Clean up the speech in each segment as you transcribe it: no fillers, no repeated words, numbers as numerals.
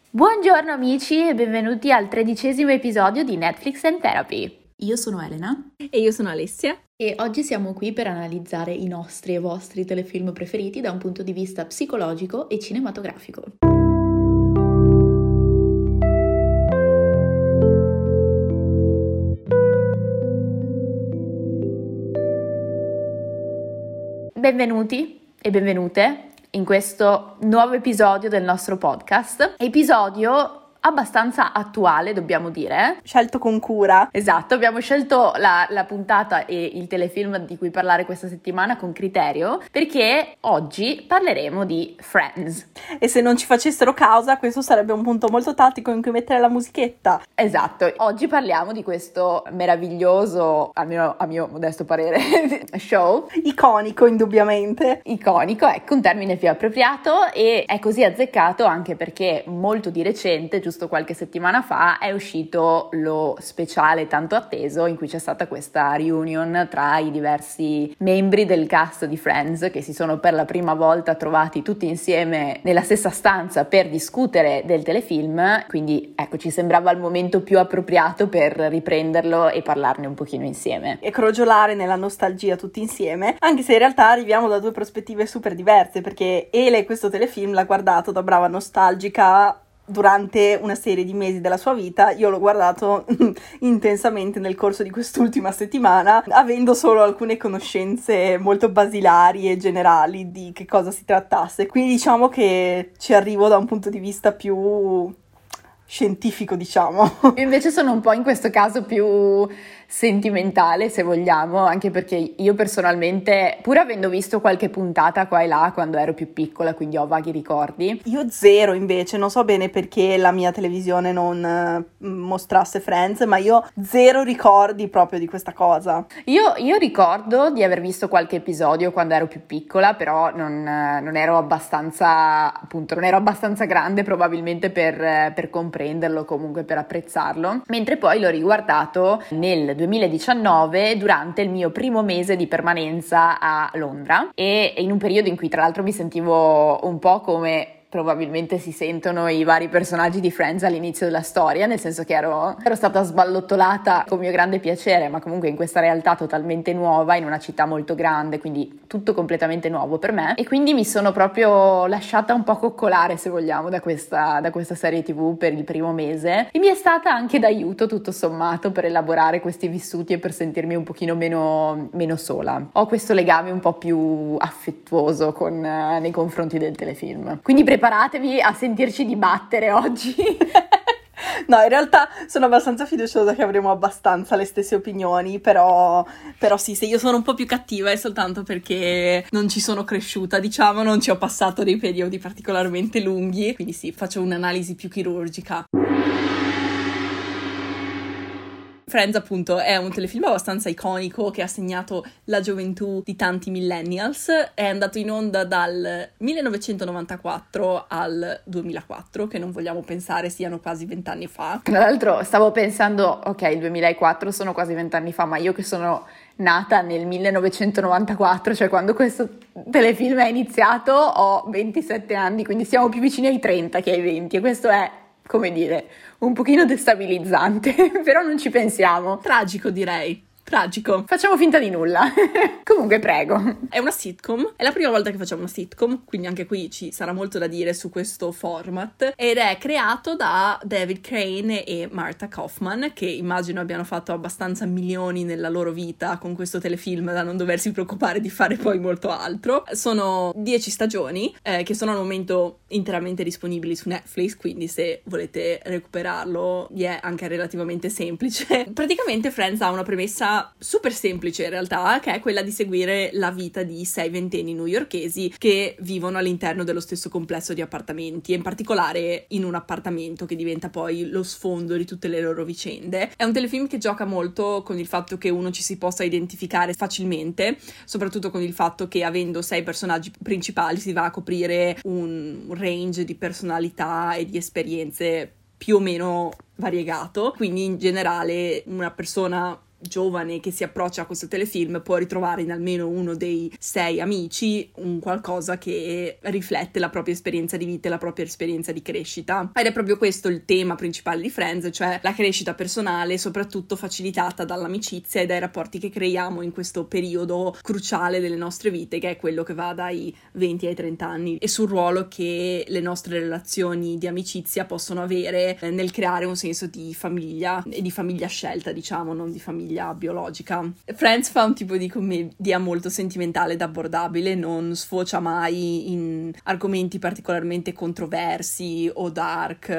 Buongiorno amici e benvenuti al 13° episodio di Netflix and Therapy. Io sono Elena e io sono Alessia e oggi siamo qui per analizzare i nostri e vostri telefilm preferiti da un punto di vista psicologico e cinematografico. Benvenuti e benvenute in questo nuovo episodio del nostro podcast, episodio abbastanza attuale, dobbiamo dire. Scelto con cura. Esatto, abbiamo scelto la puntata e il telefilm di cui parlare questa settimana con criterio, perché oggi parleremo di Friends. E se non ci facessero causa, questo sarebbe un punto molto tattico in cui mettere la musichetta. Esatto, oggi parliamo di questo meraviglioso, almeno a mio modesto parere, show. Iconico, indubbiamente. Iconico, ecco, un termine più appropriato, e è così azzeccato anche perché molto di recente, giusto qualche settimana fa, è uscito lo speciale tanto atteso in cui c'è stata questa reunion tra i diversi membri del cast di Friends che si sono per la prima volta trovati tutti insieme nella stessa stanza per discutere del telefilm, quindi ecco, ci sembrava il momento più appropriato per riprenderlo e parlarne un pochino insieme. E crogiolare nella nostalgia tutti insieme, anche se in realtà arriviamo da due prospettive super diverse, perché Ele questo telefilm l'ha guardato da brava nostalgica durante una serie di mesi della sua vita. Io l'ho guardato intensamente nel corso di quest'ultima settimana, avendo solo alcune conoscenze molto basilari e generali di che cosa si trattasse. Quindi diciamo che ci arrivo da un punto di vista più scientifico, diciamo. Io invece sono un po' in questo caso più sentimentale, se vogliamo, anche perché io personalmente, pur avendo visto qualche puntata qua e là quando ero più piccola, quindi ho vaghi ricordi. Io zero invece, non so bene perché la mia televisione non mostrasse Friends, ma io zero ricordi proprio di questa cosa. Io ricordo di aver visto qualche episodio quando ero più piccola, però non ero abbastanza, appunto, non ero abbastanza grande probabilmente per comprenderlo, comunque per apprezzarlo, mentre poi l'ho riguardato nel 2019 durante il mio primo mese di permanenza a Londra, e in un periodo in cui tra l'altro mi sentivo un po' come probabilmente si sentono i vari personaggi di Friends all'inizio della storia, nel senso che ero stata sballottolata con mio grande piacere, ma comunque in questa realtà totalmente nuova, in una città molto grande, quindi tutto completamente nuovo per me, e quindi mi sono proprio lasciata un po' coccolare, se vogliamo, da questa serie TV per il primo mese, e mi è stata anche d'aiuto tutto sommato per elaborare questi vissuti e per sentirmi un pochino meno sola. Ho questo legame un po' più affettuoso nei confronti del telefilm, quindi preparatevi a sentirci dibattere oggi. No, in realtà sono abbastanza fiduciosa che avremo abbastanza le stesse opinioni, però sì, se io sono un po' più cattiva è soltanto perché non ci sono cresciuta, diciamo, non ci ho passato dei periodi particolarmente lunghi, quindi sì, faccio un'analisi più chirurgica. Friends appunto è un telefilm abbastanza iconico che ha segnato la gioventù di tanti millennials. È andato in onda dal 1994 al 2004, che non vogliamo pensare siano quasi 20 anni fa. Tra l'altro stavo pensando, ok, il 2004 sono quasi 20 anni fa, ma io che sono nata nel 1994, cioè quando questo telefilm è iniziato, ho 27 anni, quindi siamo più vicini ai 30 che ai 20, e questo è, come dire, un pochino destabilizzante, però non ci pensiamo. Tragico, direi. Tragico. Facciamo finta di nulla. Comunque, prego. È una sitcom, è la prima volta che facciamo una sitcom, quindi anche qui ci sarà molto da dire su questo format, ed è creato da David Crane e Martha Kaufman, che immagino abbiano fatto abbastanza milioni nella loro vita con questo telefilm da non doversi preoccupare di fare poi molto altro. Sono 10 stagioni che sono al momento interamente disponibili su Netflix, quindi se volete recuperarlo vi è anche relativamente semplice. Praticamente Friends ha una premessa super semplice in realtà, che è quella di seguire la vita di 6 ventenni newyorkesi che vivono all'interno dello stesso complesso di appartamenti, e in particolare in un appartamento che diventa poi lo sfondo di tutte le loro vicende. È un telefilm che gioca molto con il fatto che uno ci si possa identificare facilmente, soprattutto con il fatto che avendo 6 personaggi principali si va a coprire un range di personalità e di esperienze più o meno variegato, quindi in generale una persona giovane che si approccia a questo telefilm può ritrovare in almeno uno dei 6 amici un qualcosa che riflette la propria esperienza di vita e la propria esperienza di crescita. Ed è proprio questo il tema principale di Friends, cioè la crescita personale, soprattutto facilitata dall'amicizia e dai rapporti che creiamo in questo periodo cruciale delle nostre vite, che è quello che va dai 20 ai 30 anni, e sul ruolo che le nostre relazioni di amicizia possono avere nel creare un senso di famiglia e di famiglia scelta, diciamo, non di famiglia biologica. Friends fa un tipo di commedia molto sentimentale ed abbordabile, non sfocia mai in argomenti particolarmente controversi o dark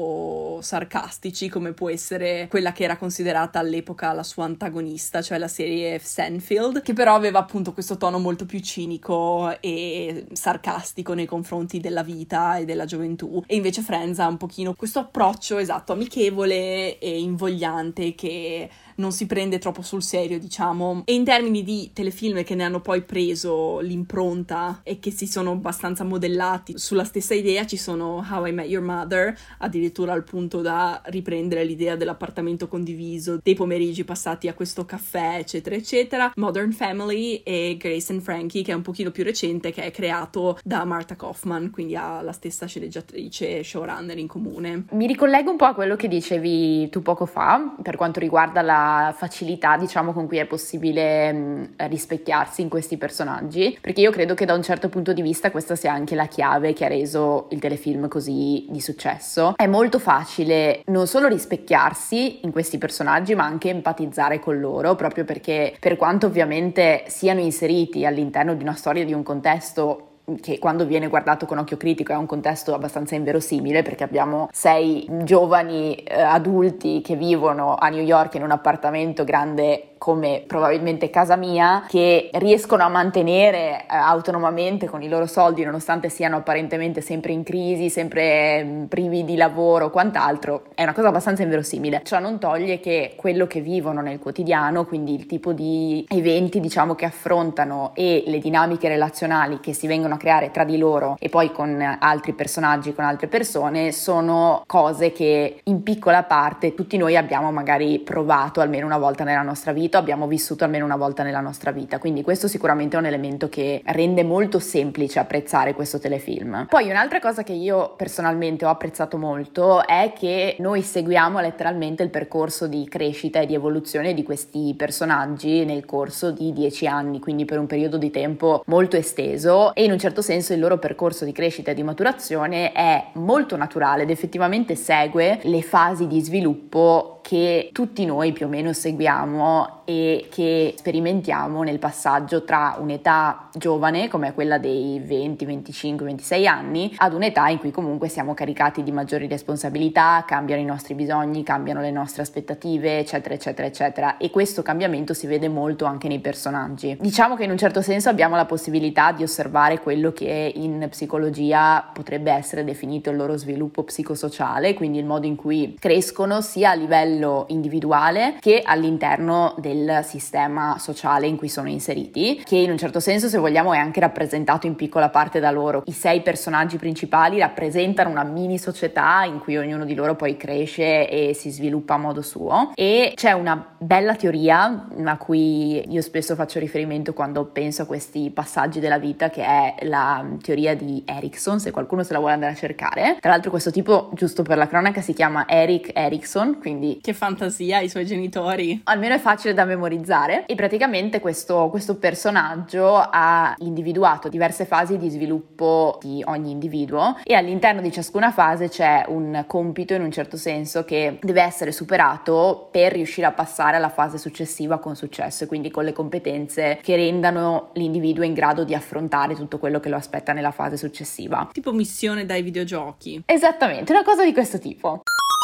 o sarcastici come può essere quella che era considerata all'epoca la sua antagonista, cioè la serie Seinfeld, che però aveva appunto questo tono molto più cinico e sarcastico nei confronti della vita e della gioventù, e invece Friends ha un pochino questo approccio esatto, amichevole e invogliante che non si prende troppo sul serio, diciamo. E in termini di telefilm che ne hanno poi preso l'impronta e che si sono abbastanza modellati sulla stessa idea, ci sono How I Met Your Mother, addirittura al punto da riprendere l'idea dell'appartamento condiviso, dei pomeriggi passati a questo caffè, eccetera eccetera, Modern Family e Grace and Frankie, che è un pochino più recente, che è creato da Martha Kaufman, quindi ha la stessa sceneggiatrice e showrunner in comune. Mi ricollego un po' a quello che dicevi tu poco fa per quanto riguarda la facilità, diciamo, con cui è possibile rispecchiarsi in questi personaggi, perché io credo che da un certo punto di vista questa sia anche la chiave che ha reso il telefilm così di successo. È molto facile non solo rispecchiarsi in questi personaggi, ma anche empatizzare con loro, proprio perché, per quanto ovviamente siano inseriti all'interno di una storia, di un contesto che quando viene guardato con occhio critico è un contesto abbastanza inverosimile, perché abbiamo 6 giovani adulti che vivono a New York in un appartamento grande come probabilmente casa mia, che riescono a mantenere autonomamente con i loro soldi, nonostante siano apparentemente sempre in crisi, sempre privi di lavoro o quant'altro. È una cosa abbastanza inverosimile. Ciò non toglie che quello che vivono nel quotidiano, quindi il tipo di eventi, diciamo, che affrontano e le dinamiche relazionali che si vengono a creare tra di loro e poi con altri personaggi, con altre persone, sono cose che in piccola parte tutti noi abbiamo magari provato almeno una volta nella nostra vita, abbiamo vissuto almeno una volta nella nostra vita, quindi questo sicuramente è un elemento che rende molto semplice apprezzare questo telefilm. Poi un'altra cosa che io personalmente ho apprezzato molto è che noi seguiamo letteralmente il percorso di crescita e di evoluzione di questi personaggi nel corso di 10 anni, quindi per un periodo di tempo molto esteso, e in un certo senso il loro percorso di crescita e di maturazione è molto naturale ed effettivamente segue le fasi di sviluppo che tutti noi più o meno seguiamo e che sperimentiamo nel passaggio tra un'età giovane, come quella dei 20, 25, 26 anni, ad un'età in cui comunque siamo caricati di maggiori responsabilità, cambiano i nostri bisogni, cambiano le nostre aspettative, eccetera, eccetera, eccetera. E questo cambiamento si vede molto anche nei personaggi. Diciamo che in un certo senso abbiamo la possibilità di osservare quello che in psicologia potrebbe essere definito il loro sviluppo psicosociale, quindi il modo in cui crescono sia a livello individuale che all'interno del sistema sociale in cui sono inseriti, che in un certo senso, se vogliamo, è anche rappresentato in piccola parte da loro. I 6 personaggi principali rappresentano una mini società in cui ognuno di loro poi cresce e si sviluppa a modo suo, e c'è una bella teoria a cui io spesso faccio riferimento quando penso a questi passaggi della vita, che è la teoria di Erikson, se qualcuno se la vuole andare a cercare. Tra l'altro questo tipo, giusto per la cronaca, si chiama Erik Erikson, quindi che fantasia, i suoi genitori. Almeno è facile da memorizzare. E praticamente questo personaggio ha individuato diverse fasi di sviluppo di ogni individuo, e all'interno di ciascuna fase c'è un compito, in un certo senso, che deve essere superato per riuscire a passare alla fase successiva con successo, e quindi con le competenze che rendano l'individuo in grado di affrontare tutto quello che lo aspetta nella fase successiva. Tipo missione dai videogiochi. Esattamente, una cosa di questo tipo.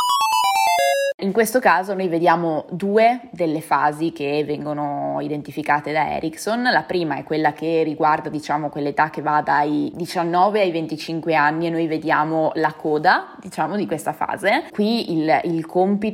In questo caso noi vediamo 2 delle fasi che vengono identificate da Erikson. La prima è quella che riguarda, diciamo, quell'età che va dai 19 ai 25 anni, e noi vediamo la coda, diciamo, di questa fase. Qui il compito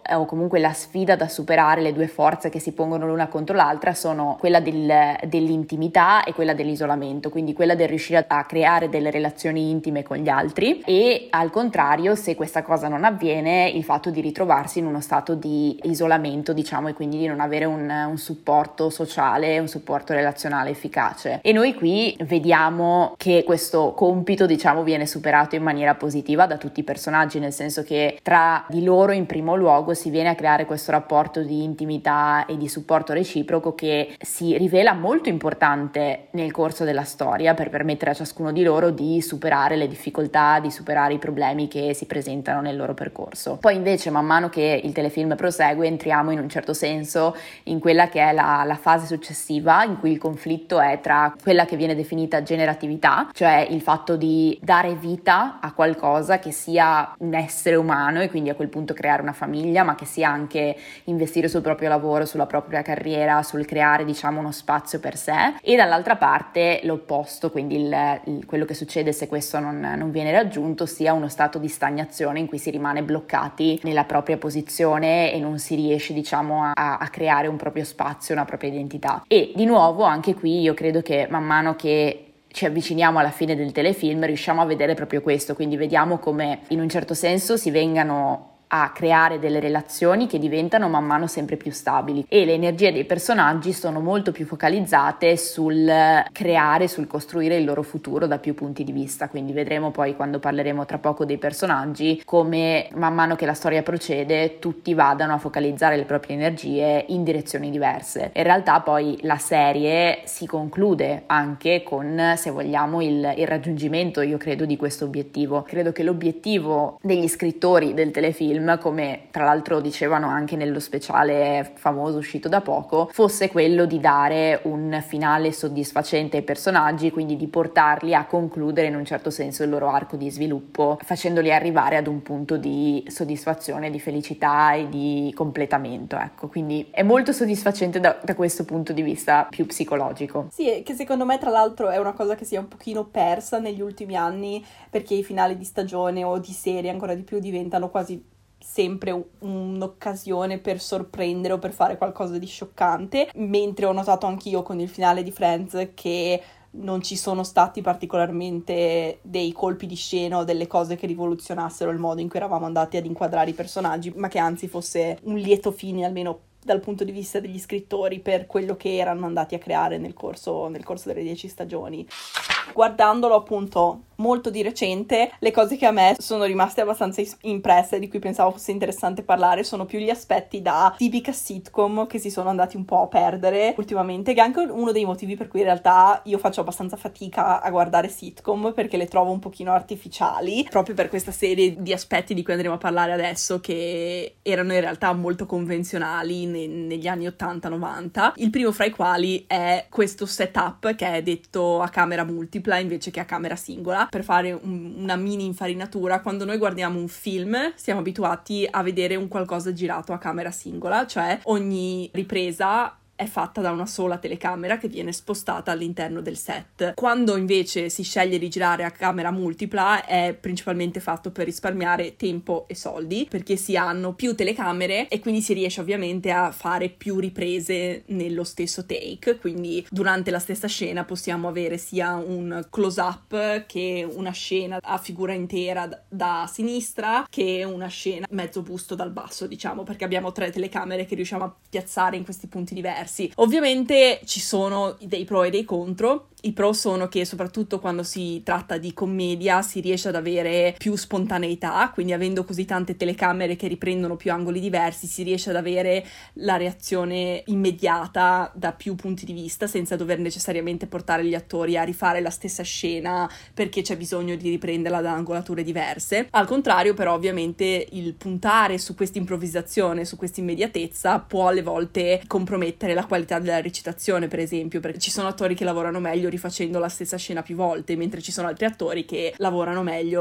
o comunque la sfida da superare, le due forze che si pongono l'una contro l'altra sono quella dell'intimità e quella dell'isolamento, quindi quella del riuscire a creare delle relazioni intime con gli altri, e al contrario, se questa cosa non avviene, il fatto di ritrovarsi in uno stato di isolamento, diciamo, e quindi di non avere un supporto sociale, un supporto relazionale efficace. E noi qui vediamo che questo compito, diciamo, viene superato in maniera positiva da tutti i personaggi, nel senso che tra di loro in primo luogo si viene a creare questo rapporto di intimità e di supporto reciproco che si rivela molto importante nel corso della storia per permettere a ciascuno di loro di superare le difficoltà, di superare i problemi che si presentano nel loro percorso. Poi invece man mano che il telefilm prosegue entriamo in un certo senso in quella che è la fase successiva, in cui il conflitto è tra quella che viene definita generatività, cioè il fatto di dare vita a qualcosa che sia un essere umano e quindi a quel punto creare una famiglia, ma che sia anche investire sul proprio lavoro, sulla propria carriera, sul creare, diciamo, uno spazio per sé, e dall'altra parte l'opposto, quindi quello che succede se questo non viene raggiunto, sia uno stato di stagnazione in cui si rimane bloccati nella propria posizione e non si riesce, diciamo, a creare un proprio spazio, una propria identità. E di nuovo anche qui io credo che man mano che ci avviciniamo alla fine del telefilm riusciamo a vedere proprio questo, quindi vediamo come in un certo senso si vengano a creare delle relazioni che diventano man mano sempre più stabili e le energie dei personaggi sono molto più focalizzate sul creare, sul costruire il loro futuro da più punti di vista, quindi vedremo poi quando parleremo tra poco dei personaggi come man mano che la storia procede tutti vadano a focalizzare le proprie energie in direzioni diverse. In realtà poi la serie si conclude anche con, se vogliamo, il raggiungimento, io credo, di questo obiettivo. Credo che l'obiettivo degli scrittori del telefilm, come tra l'altro dicevano anche nello speciale famoso uscito da poco, fosse quello di dare un finale soddisfacente ai personaggi, quindi di portarli a concludere in un certo senso il loro arco di sviluppo, facendoli arrivare ad un punto di soddisfazione, di felicità e di completamento, ecco. Quindi è molto soddisfacente da questo punto di vista più psicologico. Sì, che secondo me tra l'altro è una cosa che si è un pochino persa negli ultimi anni, perché i finali di stagione o di serie ancora di più diventano quasi sempre un'occasione per sorprendere o per fare qualcosa di scioccante, mentre ho notato anch'io con il finale di Friends che non ci sono stati particolarmente dei colpi di scena o delle cose che rivoluzionassero il modo in cui eravamo andati ad inquadrare i personaggi, ma che anzi fosse un lieto fine, almeno dal punto di vista degli scrittori, per quello che erano andati a creare nel corso delle 10 stagioni. Guardandolo appunto molto di recente, le cose che a me sono rimaste abbastanza impresse, di cui pensavo fosse interessante parlare, sono più gli aspetti da tipica sitcom che si sono andati un po' a perdere ultimamente, che è anche uno dei motivi per cui in realtà io faccio abbastanza fatica a guardare sitcom, perché le trovo un pochino artificiali, proprio per questa serie di aspetti di cui andremo a parlare adesso, che erano in realtà molto convenzionali negli anni 80-90. Il primo fra i quali è questo setup che è detto a camera multipla invece che a camera singola. Per fare una mini infarinatura, quando noi guardiamo un film siamo abituati a vedere un qualcosa girato a camera singola, cioè ogni ripresa è fatta da una sola telecamera che viene spostata all'interno del set. Quando invece si sceglie di girare a camera multipla è principalmente fatto per risparmiare tempo e soldi, perché si hanno più telecamere e quindi si riesce ovviamente a fare più riprese nello stesso take, quindi durante la stessa scena possiamo avere sia un close-up che una scena a figura intera da sinistra che una scena mezzo busto dal basso, diciamo, perché abbiamo 3 telecamere che riusciamo a piazzare in questi punti diversi. Ovviamente ci sono dei pro e dei contro. I pro sono che soprattutto quando si tratta di commedia si riesce ad avere più spontaneità, quindi avendo così tante telecamere che riprendono più angoli diversi si riesce ad avere la reazione immediata da più punti di vista senza dover necessariamente portare gli attori a rifare la stessa scena perché c'è bisogno di riprenderla da angolature diverse. Al contrario però ovviamente il puntare su questa improvvisazione, su questa immediatezza può alle volte compromettere la qualità della recitazione, per esempio, perché ci sono attori che lavorano meglio rifacendo la stessa scena più volte, mentre ci sono altri attori che lavorano meglio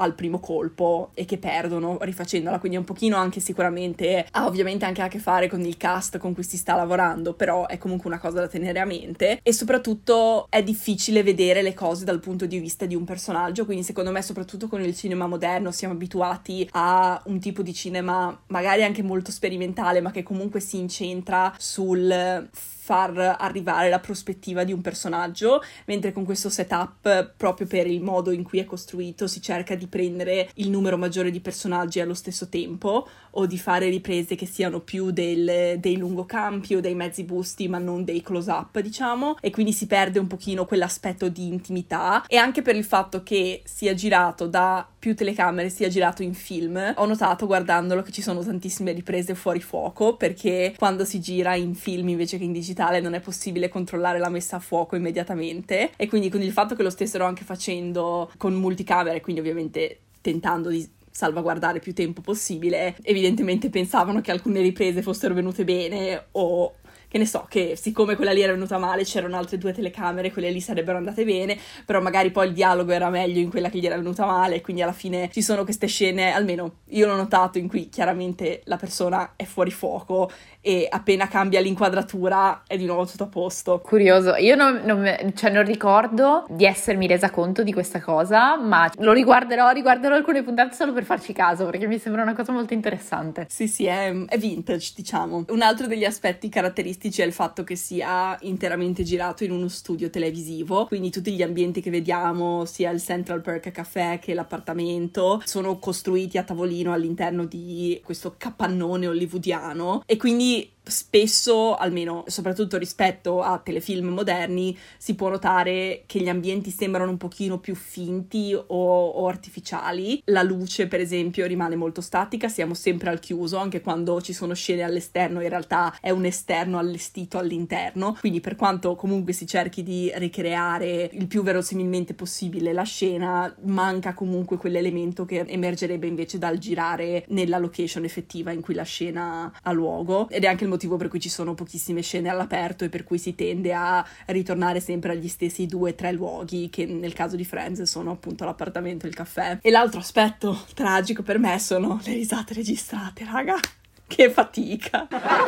al primo colpo e che perdono rifacendola, quindi è un pochino anche sicuramente ha ovviamente anche a che fare con il cast con cui si sta lavorando, però è comunque una cosa da tenere a mente e soprattutto è difficile vedere le cose dal punto di vista di un personaggio, quindi secondo me soprattutto con il cinema moderno siamo abituati a un tipo di cinema magari anche molto sperimentale ma che comunque si incentra sul far arrivare la prospettiva di un personaggio, mentre con questo setup, proprio per il modo in cui è costruito, si cerca di prendere il numero maggiore di personaggi allo stesso tempo o di fare riprese che siano più dei lungocampi o dei mezzi busti ma non dei close-up, diciamo, e quindi si perde un pochino quell'aspetto di intimità, e anche per il fatto che sia girato da più telecamere, sia girato in film, ho notato guardandolo che ci sono tantissime riprese fuori fuoco, perché quando si gira in film invece che in digitale non è possibile controllare la messa a fuoco immediatamente, e quindi con il fatto che lo stessero anche facendo con multicamere, quindi ovviamente tentando di salvaguardare più tempo possibile, evidentemente pensavano che alcune riprese fossero venute bene, o che ne so, che siccome quella lì era venuta male c'erano altre 2 telecamere, quelle lì sarebbero andate bene, però magari poi il dialogo era meglio in quella che gli era venuta male, quindi alla fine ci sono queste scene, almeno io l'ho notato, in cui chiaramente la persona è fuori fuoco e appena cambia l'inquadratura è di nuovo tutto a posto. Curioso, io non ricordo di essermi resa conto di questa cosa, ma riguarderò alcune puntate solo per farci caso, perché mi sembra una cosa molto interessante. Sì, è vintage, diciamo. Un altro degli aspetti caratteristici è il fatto che sia interamente girato in uno studio televisivo, quindi tutti gli ambienti che vediamo, sia il Central Perk Café che l'appartamento, sono costruiti a tavolino all'interno di questo capannone hollywoodiano, e quindi spesso, almeno soprattutto rispetto a telefilm moderni, si può notare che gli ambienti sembrano un pochino più finti o artificiali. La luce, per esempio, rimane molto statica, siamo sempre al chiuso, anche quando ci sono scene all'esterno in realtà è un esterno allestito all'interno, quindi per quanto comunque si cerchi di ricreare il più verosimilmente possibile la scena, manca comunque quell'elemento che emergerebbe invece dal girare nella location effettiva in cui la scena ha luogo, ed è anche il motivo per cui ci sono pochissime scene all'aperto e per cui si tende a ritornare sempre agli stessi 2-3 luoghi, che nel caso di Friends sono appunto l'appartamento e il caffè. E l'altro aspetto tragico per me sono le risate registrate, raga. Che fatica.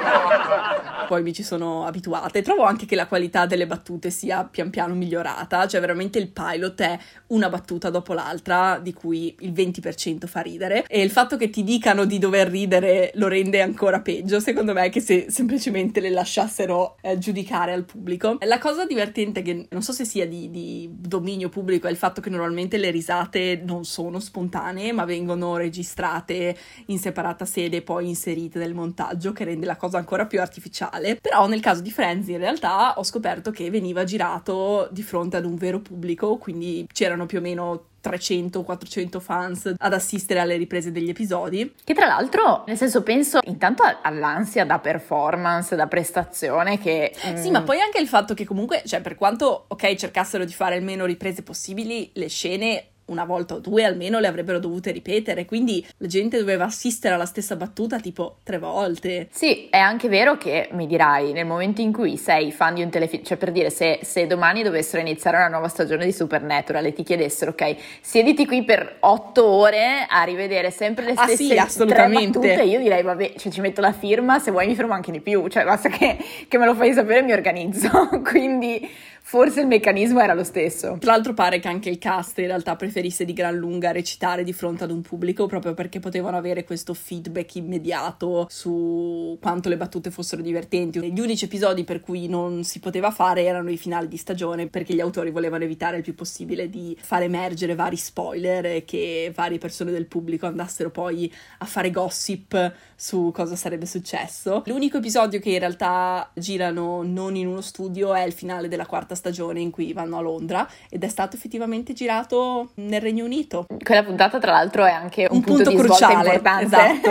Poi mi ci sono abituata e trovo anche che la qualità delle battute sia pian piano migliorata, cioè veramente il pilot è una battuta dopo l'altra di cui il 20% fa ridere, e il fatto che ti dicano di dover ridere lo rende ancora peggio, secondo me, che se semplicemente le lasciassero giudicare al pubblico. La cosa divertente, che non so se sia di dominio pubblico, è il fatto che normalmente le risate non sono spontanee ma vengono registrate in separata sede e poi inserite del montaggio, che rende la cosa ancora più artificiale. Però nel caso di Friends in realtà ho scoperto che veniva girato di fronte ad un vero pubblico, quindi c'erano più o meno 300-400 fans ad assistere alle riprese degli episodi. Che tra l'altro, nel senso, penso intanto all'ansia da performance, da prestazione che... Sì, ma poi anche il fatto che comunque, cioè, per quanto, ok, cercassero di fare il meno riprese possibili, le scene una volta o 2 almeno le avrebbero dovute ripetere, quindi la gente doveva assistere alla stessa battuta tipo 3 volte. Sì, è anche vero che, mi dirai, nel momento in cui sei fan di un telefilm, cioè per dire, se domani dovessero iniziare una nuova stagione di Supernatural e ti chiedessero, ok, siediti qui per 8 ore a rivedere sempre le stesse 3 battute, io direi, vabbè, cioè, ci metto la firma, se vuoi mi fermo anche di più, cioè basta che me lo fai sapere e mi organizzo. Quindi forse il meccanismo era lo stesso. Tra l'altro pare che anche il cast in realtà preferisse di gran lunga recitare di fronte ad un pubblico, proprio perché potevano avere questo feedback immediato su quanto le battute fossero divertenti. Gli unici episodi per cui non si poteva fare erano i finali di stagione, perché gli autori volevano evitare il più possibile di far emergere vari spoiler e che varie persone del pubblico andassero poi a fare gossip su cosa sarebbe successo. L'unico episodio che in realtà girano non in uno studio è il finale della 4ª stagione, in cui vanno a Londra, ed è stato effettivamente girato nel Regno Unito. Quella puntata tra l'altro è anche un punto di cruciale, svolta importante. Esatto.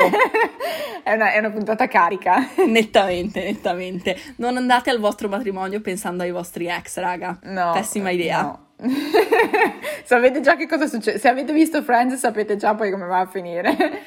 è una puntata carica. Nettamente. Non andate al vostro matrimonio pensando ai vostri ex, raga. No. Pessima idea. No. Sapete già che cosa succede. Se avete visto Friends sapete già poi come va a finire.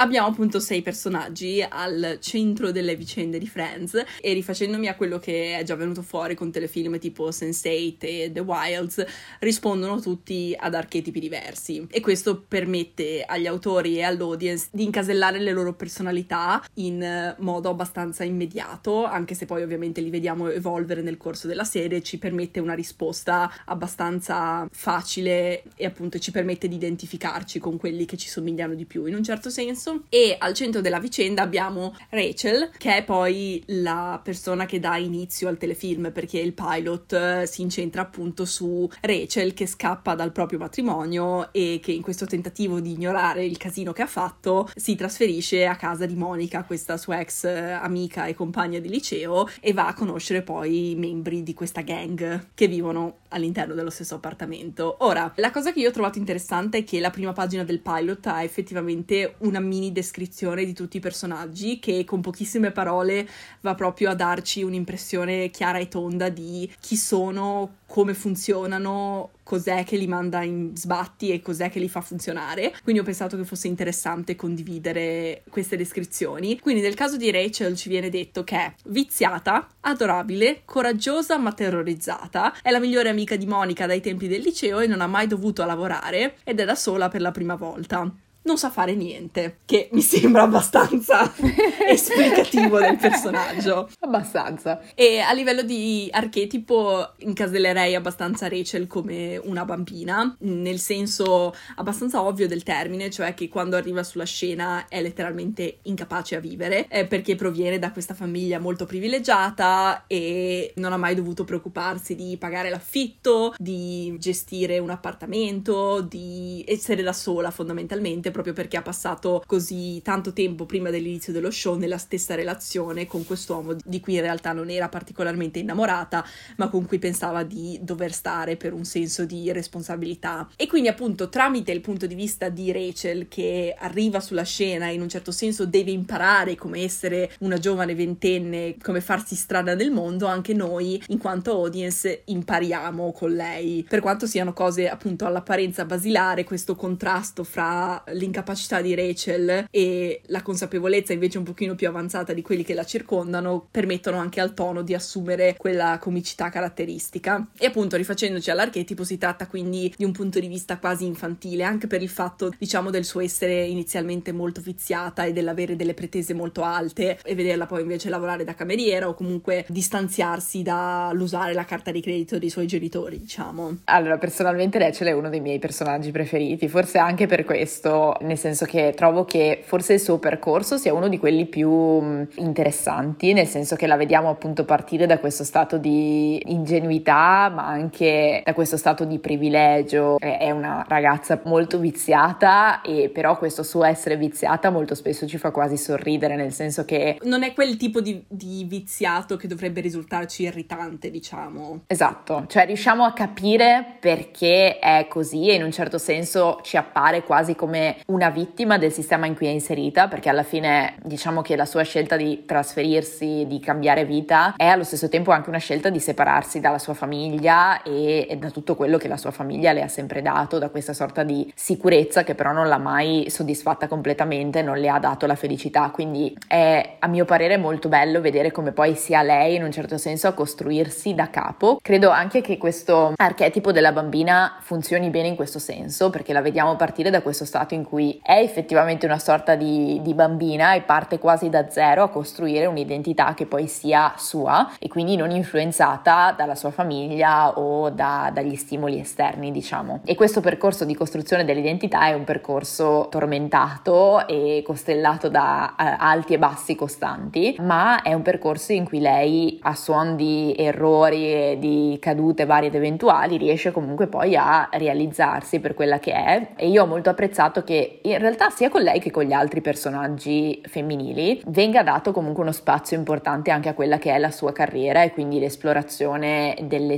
Abbiamo appunto 6 personaggi al centro delle vicende di Friends, e rifacendomi a quello che è già venuto fuori con telefilm tipo Sense8 e The Wilds, rispondono tutti ad archetipi diversi, e questo permette agli autori e all'audience di incasellare le loro personalità in modo abbastanza immediato, anche se poi ovviamente li vediamo evolvere nel corso della serie. Ci permette una risposta abbastanza facile e appunto ci permette di identificarci con quelli che ci somigliano di più in un certo senso. E al centro della vicenda abbiamo Rachel, che è poi la persona che dà inizio al telefilm, perché il pilot si incentra appunto su Rachel che scappa dal proprio matrimonio e che in questo tentativo di ignorare il casino che ha fatto si trasferisce a casa di Monica, questa sua ex amica e compagna di liceo, e va a conoscere poi i membri di questa gang che vivono all'interno dello stesso appartamento. Ora, la cosa che io ho trovato interessante è che la prima pagina del pilot ha effettivamente una mini descrizione di tutti i personaggi, che con pochissime parole va proprio a darci un'impressione chiara e tonda di chi sono, come funzionano, cos'è che li manda in sbatti e cos'è che li fa funzionare. Quindi ho pensato che fosse interessante condividere queste descrizioni. Quindi nel caso di Rachel ci viene detto che è viziata, adorabile, coraggiosa ma terrorizzata, è la migliore amica di Monica dai tempi del liceo e non ha mai dovuto lavorare ed è da sola per la prima volta. Non sa fare niente, che mi sembra abbastanza esplicativo del personaggio. Abbastanza. E a livello di archetipo incasellerei abbastanza Rachel come una bambina, nel senso abbastanza ovvio del termine, cioè che quando arriva sulla scena è letteralmente incapace a vivere, perché proviene da questa famiglia molto privilegiata e non ha mai dovuto preoccuparsi di pagare l'affitto, di gestire un appartamento, di essere da sola fondamentalmente, proprio perché ha passato così tanto tempo prima dell'inizio dello show nella stessa relazione con quest'uomo di cui in realtà non era particolarmente innamorata, ma con cui pensava di dover stare per un senso di responsabilità. E quindi appunto tramite il punto di vista di Rachel, che arriva sulla scena e in un certo senso deve imparare come essere una giovane ventenne, come farsi strada nel mondo, anche noi in quanto audience impariamo con lei, per quanto siano cose appunto all'apparenza basilare. Questo contrasto fra l'incapacità di Rachel e la consapevolezza invece un pochino più avanzata di quelli che la circondano permettono anche al tono di assumere quella comicità caratteristica. E appunto, rifacendoci all'archetipo, si tratta quindi di un punto di vista quasi infantile, anche per il fatto, diciamo, del suo essere inizialmente molto viziata e dell'avere delle pretese molto alte, e vederla poi invece lavorare da cameriera o comunque distanziarsi dall'usare la carta di credito dei suoi genitori, diciamo. Allora, personalmente Rachel è uno dei miei personaggi preferiti, forse anche per questo, nel senso che trovo che forse il suo percorso sia uno di quelli più interessanti, nel senso che la vediamo appunto partire da questo stato di ingenuità, ma anche da questo stato di privilegio. È una ragazza molto viziata, e però questo suo essere viziata molto spesso ci fa quasi sorridere, nel senso che non è quel tipo di viziato che dovrebbe risultarci irritante, diciamo. Esatto, cioè riusciamo a capire perché è così, e in un certo senso ci appare quasi come una vittima del sistema in cui è inserita, perché alla fine diciamo che la sua scelta di trasferirsi, di cambiare vita, è allo stesso tempo anche una scelta di separarsi dalla sua famiglia e da tutto quello che la sua famiglia le ha sempre dato, da questa sorta di sicurezza che però non l'ha mai soddisfatta completamente, non le ha dato la felicità. Quindi è, a mio parere, molto bello vedere come poi sia lei in un certo senso a costruirsi da capo. Credo anche che questo archetipo della bambina funzioni bene in questo senso, perché la vediamo partire da questo stato in cui è effettivamente una sorta di bambina e parte quasi da zero a costruire un'identità che poi sia sua e quindi non influenzata dalla sua famiglia o dagli stimoli esterni, diciamo. E questo percorso di costruzione dell'identità è un percorso tormentato e costellato da alti e bassi costanti, ma è un percorso in cui lei, a suon di errori e di cadute varie ed eventuali, riesce comunque poi a realizzarsi per quella che è. E io ho molto apprezzato che in realtà sia con lei che con gli altri personaggi femminili venga dato comunque uno spazio importante anche a quella che è la sua carriera e quindi l'esplorazione della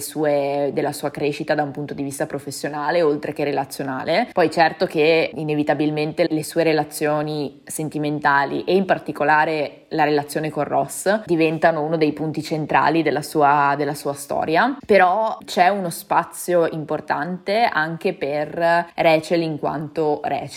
sua crescita da un punto di vista professionale oltre che relazionale. Poi certo che inevitabilmente le sue relazioni sentimentali e in particolare la relazione con Ross diventano uno dei punti centrali della sua storia, però c'è uno spazio importante anche per Rachel in quanto Rachel,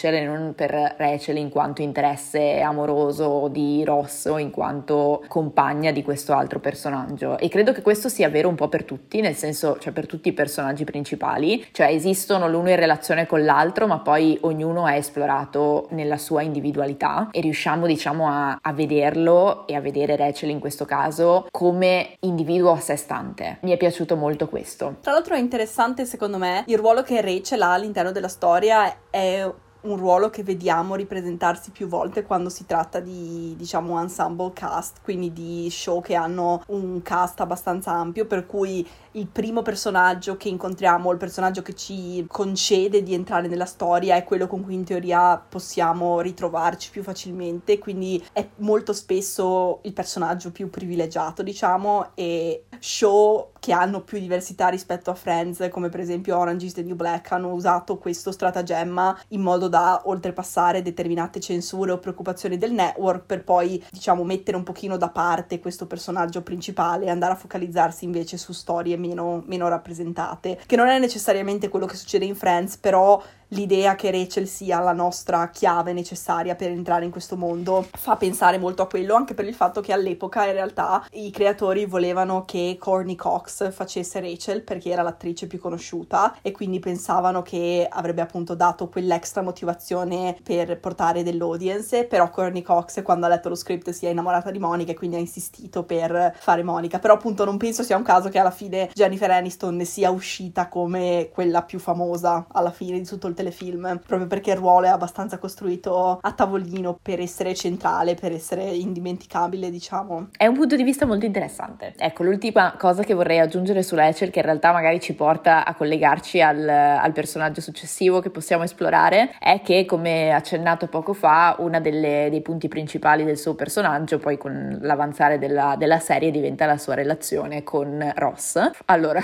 Rachel e non per Rachel in quanto interesse amoroso di Ross o in quanto compagna di questo altro personaggio. E credo che questo sia vero un po' per tutti, nel senso, cioè per tutti i personaggi principali, cioè esistono l'uno in relazione con l'altro, ma poi ognuno è esplorato nella sua individualità e riusciamo, diciamo, a vederlo e a vedere Rachel in questo caso come individuo a sé stante. Mi è piaciuto molto questo. Tra l'altro è interessante secondo me il ruolo che Rachel ha all'interno della storia, è un ruolo che vediamo ripresentarsi più volte quando si tratta di, diciamo, ensemble cast, quindi di show che hanno un cast abbastanza ampio, per cui il primo personaggio che incontriamo, il personaggio che ci concede di entrare nella storia, è quello con cui in teoria possiamo ritrovarci più facilmente, quindi è molto spesso il personaggio più privilegiato, diciamo, e show che hanno più diversità rispetto a Friends, come per esempio Orange is the New Black, hanno usato questo stratagemma in modo da oltrepassare determinate censure o preoccupazioni del network, per poi, diciamo, mettere un pochino da parte questo personaggio principale e andare a focalizzarsi invece su storie meno rappresentate, che non è necessariamente quello che succede in Friends, però l'idea che Rachel sia la nostra chiave necessaria per entrare in questo mondo fa pensare molto a quello, anche per il fatto che all'epoca in realtà i creatori volevano che Courtney Cox facesse Rachel perché era l'attrice più conosciuta e quindi pensavano che avrebbe appunto dato quell'extra motivazione per portare dell'audience, però Courtney Cox quando ha letto lo script si è innamorata di Monica e quindi ha insistito per fare Monica, però appunto non penso sia un caso che alla fine Jennifer Aniston ne sia uscita come quella più famosa alla fine di tutto il telefilm, proprio perché il ruolo è abbastanza costruito a tavolino per essere centrale, per essere indimenticabile, diciamo. È un punto di vista molto interessante. Ecco, l'ultima cosa che vorrei aggiungere su Rachel, che in realtà magari ci porta a collegarci al personaggio successivo che possiamo esplorare, è che, come accennato poco fa, una dei punti principali del suo personaggio, poi con l'avanzare della serie, diventa la sua relazione con Ross. Allora,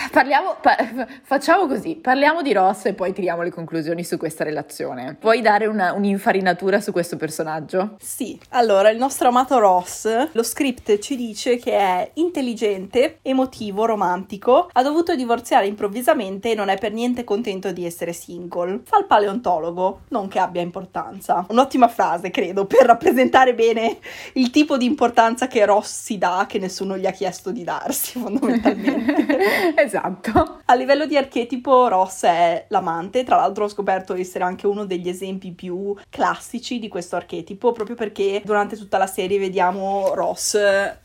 facciamo così, parliamo di Ross e poi tiriamo le conclusioni su questa relazione. Puoi dare un'infarinatura su questo personaggio? Sì, allora il nostro amato Ross, lo script ci dice che è intelligente, emotivo, romantico, ha dovuto divorziare improvvisamente e non è per niente contento di essere single. Fa il paleontologo, non che abbia importanza. Un'ottima frase, credo, per rappresentare bene il tipo di importanza che Ross si dà, che nessuno gli ha chiesto di darsi, fondamentalmente. Esatto. A livello di archetipo, Ross è l'amante, tra l'altro ho scoperto essere anche uno degli esempi più classici di questo archetipo, proprio perché durante tutta la serie vediamo Ross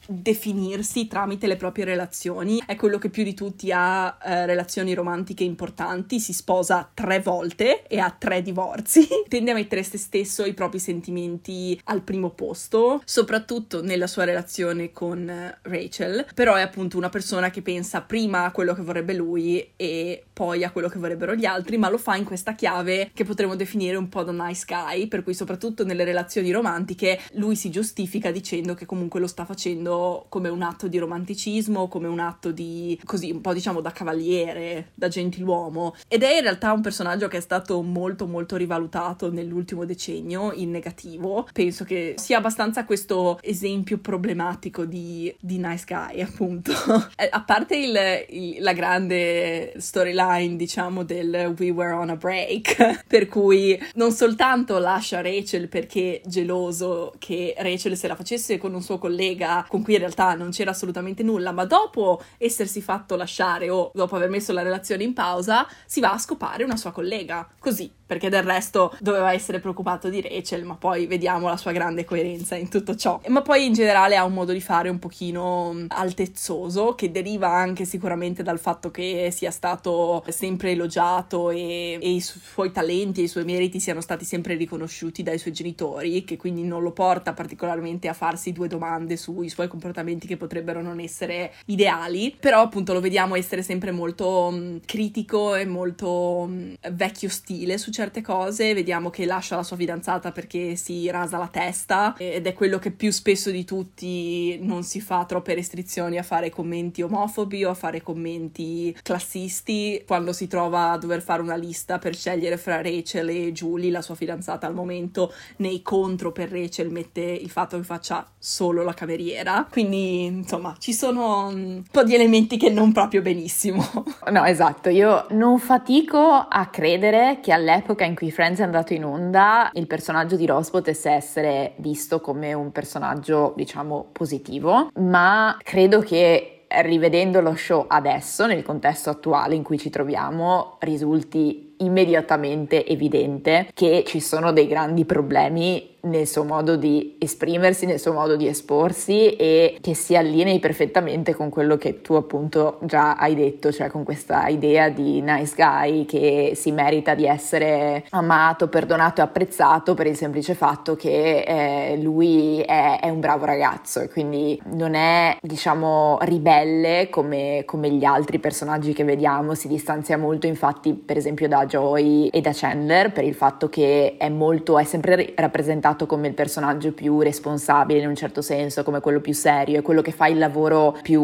definirsi tramite le proprie relazioni. È quello che più di tutti ha relazioni romantiche importanti, si sposa 3 volte e ha 3 divorzi, tende a mettere se stesso e i propri sentimenti al primo posto, soprattutto nella sua relazione con Rachel, però è appunto una persona che pensa prima a quello che vorrebbe lui e poi a quello che vorrebbero gli altri, ma lo fa in questa chiave che potremmo definire un po' da nice guy, per cui soprattutto nelle relazioni romantiche lui si giustifica dicendo che comunque lo sta facendo come un atto di romanticismo, come un atto di, così, un po' diciamo da cavaliere, da gentiluomo, ed è in realtà un personaggio che è stato molto molto rivalutato nell'ultimo decennio in negativo. Penso che sia abbastanza questo esempio problematico di nice guy, appunto. A parte la grande storyline, diciamo, del we were on a break, per cui non soltanto lascia Rachel perché geloso che Rachel se la facesse con un suo collega con cui in realtà non c'era assolutamente nulla, ma dopo essersi fatto lasciare o dopo aver messo la relazione in pausa si va a scopare una sua collega, così, perché del resto doveva essere preoccupato di Rachel, ma poi vediamo la sua grande coerenza in tutto ciò. Ma poi in generale ha un modo di fare un pochino altezzoso, che deriva anche sicuramente dal fatto che sia stato sempre elogiato e i suoi talenti e i suoi meriti siano stati sempre riconosciuti dai suoi genitori, che quindi non lo porta particolarmente a farsi 2 domande sui suoi comportamenti che potrebbero non essere ideali, però appunto lo vediamo essere sempre molto critico e molto vecchio stile su certe cose. Vediamo che lascia la sua fidanzata perché si rasa la testa, ed è quello che più spesso di tutti non si fa troppe restrizioni a fare commenti omofobi a fare commenti classisti quando si trova a dover fare una lista per scegliere fra Rachel e Julie, la sua fidanzata al momento. Nei contro per Rachel mette il fatto che faccia solo la cameriera, quindi insomma ci sono un po' di elementi che non proprio benissimo. No, esatto, io non fatico a credere che all'epoca in cui Friends è andato in onda il personaggio di Ross potesse essere visto come un personaggio, diciamo, positivo, ma credo che rivedendo lo show adesso, nel contesto attuale in cui ci troviamo, risulti immediatamente evidente che ci sono dei grandi problemi nel suo modo di esprimersi, nel suo modo di esporsi, e che si allinei perfettamente con quello che tu appunto già hai detto, cioè con questa idea di nice guy che si merita di essere amato, perdonato e apprezzato per il semplice fatto che lui è un bravo ragazzo e quindi non è, diciamo, ribelle come gli altri personaggi che vediamo. Si distanzia molto infatti per esempio da Joey e da Chandler per il fatto che è sempre rappresentato come il personaggio più responsabile in un certo senso, come quello più serio, è quello che fa il lavoro più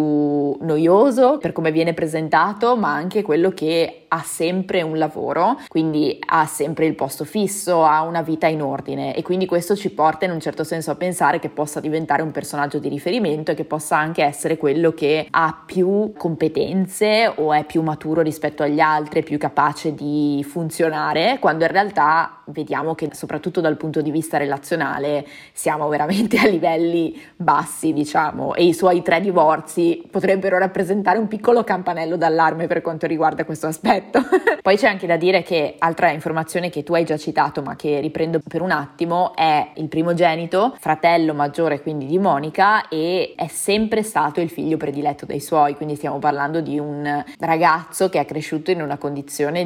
noioso per come viene presentato, ma anche quello che ha sempre un lavoro, quindi ha sempre il posto fisso, ha una vita in ordine, e quindi questo ci porta in un certo senso a pensare che possa diventare un personaggio di riferimento e che possa anche essere quello che ha più competenze o è più maturo rispetto agli altri, è più capace di funzionare, quando in realtà vediamo che soprattutto dal punto di vista relazionale siamo veramente a livelli bassi, diciamo, e i suoi 3 divorzi potrebbero rappresentare un piccolo campanello d'allarme per quanto riguarda questo aspetto. Poi c'è anche da dire che altra informazione che tu hai già citato ma che riprendo per un attimo è il primogenito, fratello maggiore quindi di Monica, e è sempre stato il figlio prediletto dei suoi, quindi stiamo parlando di un ragazzo che è cresciuto in una condizione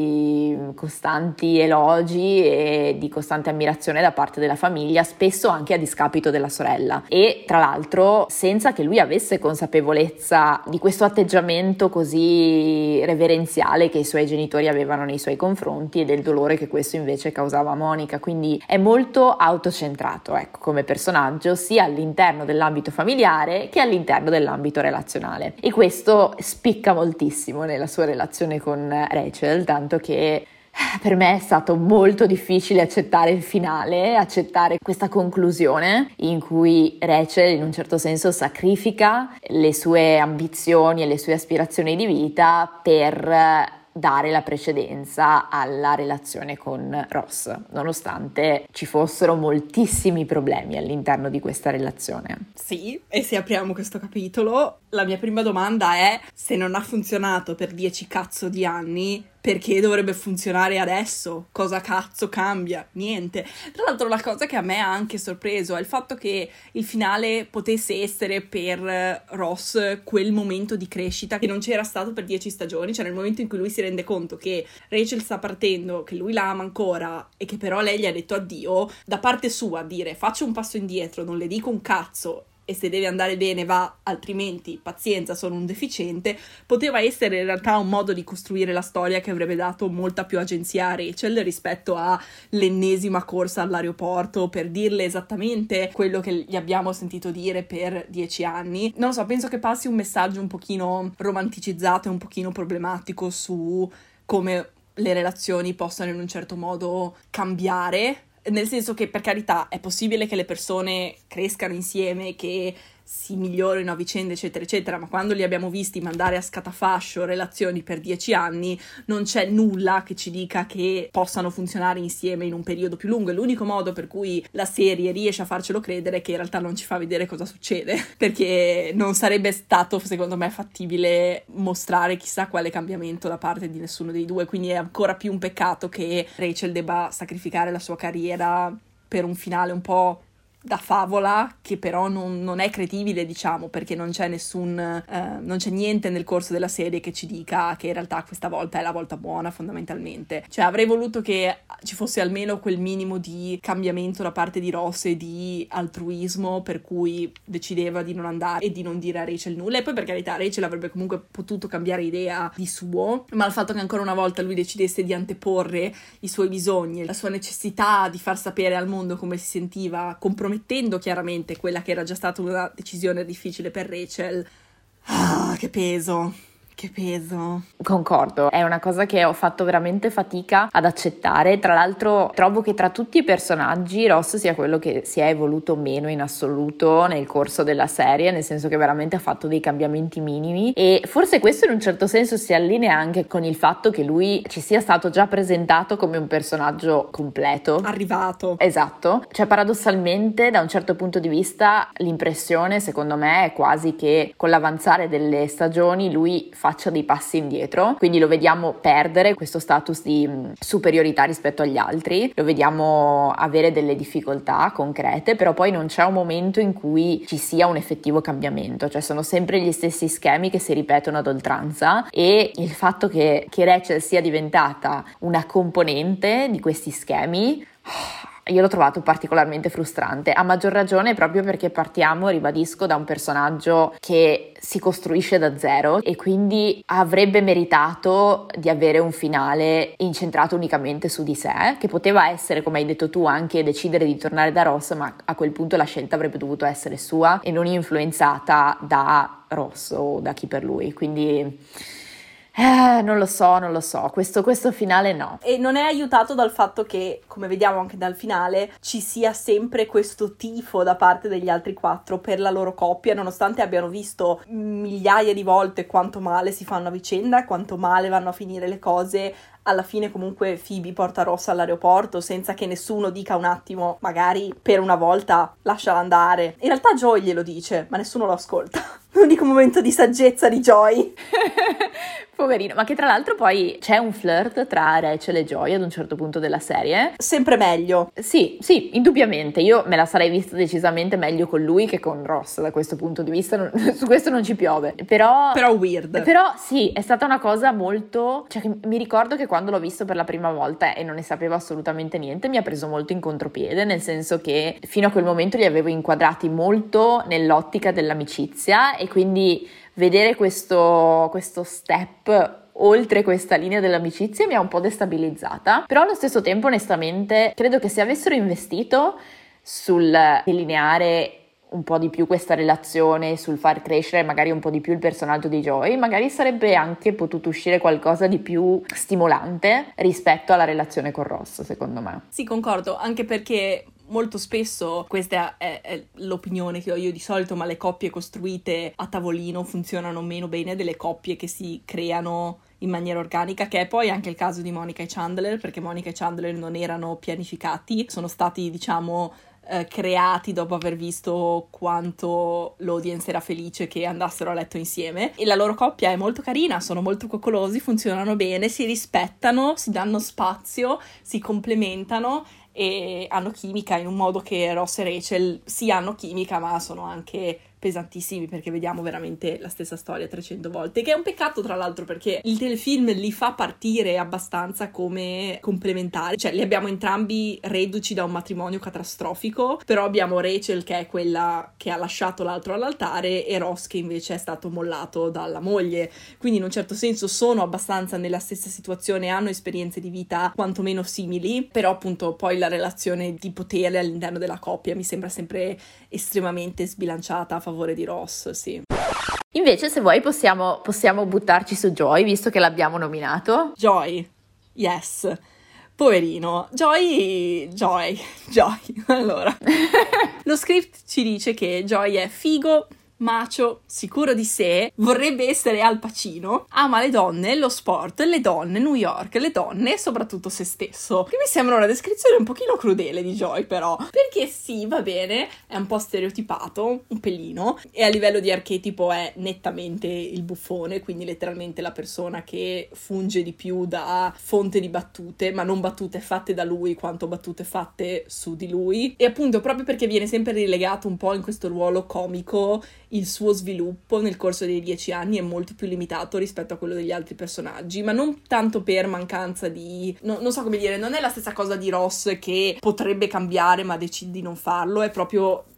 di costanti elogi e di costante ammirazione da parte della famiglia, spesso anche a discapito della sorella, e tra l'altro senza che lui avesse consapevolezza di questo atteggiamento così reverenziale che i suoi genitori avevano nei suoi confronti e del dolore che questo invece causava a Monica. Quindi è molto autocentrato, ecco, come personaggio, sia all'interno dell'ambito familiare che all'interno dell'ambito relazionale, e questo spicca moltissimo nella sua relazione con Rachel, tanto che per me è stato molto difficile accettare il finale, accettare questa conclusione in cui Rachel in un certo senso sacrifica le sue ambizioni e le sue aspirazioni di vita per dare la precedenza alla relazione con Ross, nonostante ci fossero moltissimi problemi all'interno di questa relazione. Sì, e se apriamo questo capitolo, la mia prima domanda è: se non ha funzionato per 10 cazzo di anni, perché dovrebbe funzionare adesso? Cosa cazzo cambia? Niente. Tra l'altro la cosa che a me ha anche sorpreso è il fatto che il finale potesse essere per Ross quel momento di crescita che non c'era stato per 10 stagioni, cioè nel momento in cui lui si rende conto che Rachel sta partendo, che lui la ama ancora e che però lei gli ha detto addio, da parte sua dire faccio un passo indietro, non le dico un cazzo e se deve andare bene va, altrimenti pazienza, sono un deficiente, poteva essere in realtà un modo di costruire la storia che avrebbe dato molta più agenzia a Rachel rispetto all'ennesima corsa all'aeroporto per dirle esattamente quello che gli abbiamo sentito dire per 10 anni. Non lo so, penso che passi un messaggio un pochino romanticizzato e un pochino problematico su come le relazioni possano in un certo modo cambiare. Nel senso che, per carità, è possibile che le persone crescano insieme, che si migliorino a vicenda, eccetera, eccetera, ma quando li abbiamo visti mandare a scatafascio relazioni per 10 anni, non c'è nulla che ci dica che possano funzionare insieme in un periodo più lungo. E l'unico modo per cui la serie riesce a farcelo credere è che in realtà non ci fa vedere cosa succede, perché non sarebbe stato, secondo me, fattibile mostrare chissà quale cambiamento da parte di nessuno dei due, quindi è ancora più un peccato che Rachel debba sacrificare la sua carriera per un finale un po' da favola, che però non è credibile, diciamo, perché non c'è non c'è niente nel corso della serie che ci dica che in realtà questa volta è la volta buona, fondamentalmente. Cioè avrei voluto che ci fosse almeno quel minimo di cambiamento da parte di Ross e di altruismo per cui decideva di non andare e di non dire a Rachel nulla, e poi per carità Rachel avrebbe comunque potuto cambiare idea di suo, ma il fatto che ancora una volta lui decidesse di anteporre i suoi bisogni, la sua necessità di far sapere al mondo come si sentiva, compromettendo chiaramente quella che era già stata una decisione difficile per Rachel, Ah, che peso. Che peso. Concordo, è una cosa che ho fatto veramente fatica ad accettare. Tra l'altro trovo che tra tutti i personaggi Ross sia quello che si è evoluto meno in assoluto nel corso della serie, nel senso che veramente ha fatto dei cambiamenti minimi, e forse questo in un certo senso si allinea anche con il fatto che lui ci sia stato già presentato come un personaggio completo, arrivato. Esatto, cioè paradossalmente da un certo punto di vista l'impressione secondo me è quasi che con l'avanzare delle stagioni lui faccia dei passi indietro, quindi lo vediamo perdere questo status di superiorità rispetto agli altri, lo vediamo avere delle difficoltà concrete, però poi non c'è un momento in cui ci sia un effettivo cambiamento, cioè sono sempre gli stessi schemi che si ripetono ad oltranza, e il fatto che Rachel sia diventata una componente di questi schemi io l'ho trovato particolarmente frustrante, a maggior ragione proprio perché partiamo, ribadisco, da un personaggio che si costruisce da zero e quindi avrebbe meritato di avere un finale incentrato unicamente su di sé, che poteva essere, come hai detto tu, anche decidere di tornare da Ross, ma a quel punto la scelta avrebbe dovuto essere sua e non influenzata da Ross o da chi per lui, quindi non lo so, questo finale no. E non è aiutato dal fatto che, come vediamo anche dal finale, ci sia sempre questo tifo da parte degli altri 4 per la loro coppia, nonostante abbiano visto migliaia di volte quanto male si fanno a vicenda, quanto male vanno a finire le cose. Alla fine comunque Phoebe porta Ross all'aeroporto senza che nessuno dica un attimo, magari per una volta lasciala andare. In realtà Joy glielo dice, ma nessuno lo ascolta. L'unico momento di saggezza di Joy. Poverino, ma che tra l'altro poi c'è un flirt tra Rachel e Joy ad un certo punto della serie. Sempre meglio. Sì, indubbiamente, io me la sarei vista decisamente meglio con lui che con Ross da questo punto di vista, su questo non ci piove. Però weird. Però sì, è stata una cosa molto, cioè che mi ricordo che quando l'ho visto per la prima volta e non ne sapevo assolutamente niente, mi ha preso molto in contropiede, nel senso che fino a quel momento li avevo inquadrati molto nell'ottica dell'amicizia, e quindi vedere questo step oltre questa linea dell'amicizia mi ha un po' destabilizzata, però allo stesso tempo onestamente credo che se avessero investito sul delineare un po' di più questa relazione, sul far crescere magari un po' di più il personaggio di Joy, magari sarebbe anche potuto uscire qualcosa di più stimolante rispetto alla relazione con Ross, secondo me. Sì, concordo, anche perché molto spesso, questa è l'opinione che ho io di solito, ma le coppie costruite a tavolino funzionano meno bene delle coppie che si creano in maniera organica, che è poi anche il caso di Monica e Chandler, perché Monica e Chandler non erano pianificati, sono stati, diciamo, creati dopo aver visto quanto l'audience era felice che andassero a letto insieme, e la loro coppia è molto carina, sono molto coccolosi, funzionano bene, si rispettano, si danno spazio, si complementano e hanno chimica in un modo che Ross e Rachel sì hanno chimica, ma sono anche pesantissimi perché vediamo veramente la stessa storia 300 volte, che è un peccato tra l'altro perché il telefilm li fa partire abbastanza come complementari, cioè li abbiamo entrambi reduci da un matrimonio catastrofico, però abbiamo Rachel che è quella che ha lasciato l'altro all'altare e Ross che invece è stato mollato dalla moglie, quindi in un certo senso sono abbastanza nella stessa situazione, hanno esperienze di vita quantomeno simili, però appunto poi la relazione di potere all'interno della coppia mi sembra sempre estremamente sbilanciata a favore di Ross, sì. Invece se vuoi possiamo buttarci su Joy, visto che l'abbiamo nominato. Joy, yes. Poverino. Joy. Allora, lo script ci dice che Joy è figo, macio, sicuro di sé, vorrebbe essere Al Pacino, ama le donne, lo sport, le donne, New York, le donne e soprattutto se stesso. Che mi sembra una descrizione un pochino crudele di Joy, però, perché sì, va bene, è un po' stereotipato, un pelino, e a livello di archetipo è nettamente il buffone, quindi letteralmente la persona che funge di più da fonte di battute, ma non battute fatte da lui quanto battute fatte su di lui, e appunto proprio perché viene sempre rilegato un po' in questo ruolo comico, il suo sviluppo nel corso dei 10 anni è molto più limitato rispetto a quello degli altri personaggi, ma non tanto per mancanza di... non so come dire, non è la stessa cosa di Ross che potrebbe cambiare ma decide di non farlo, è proprio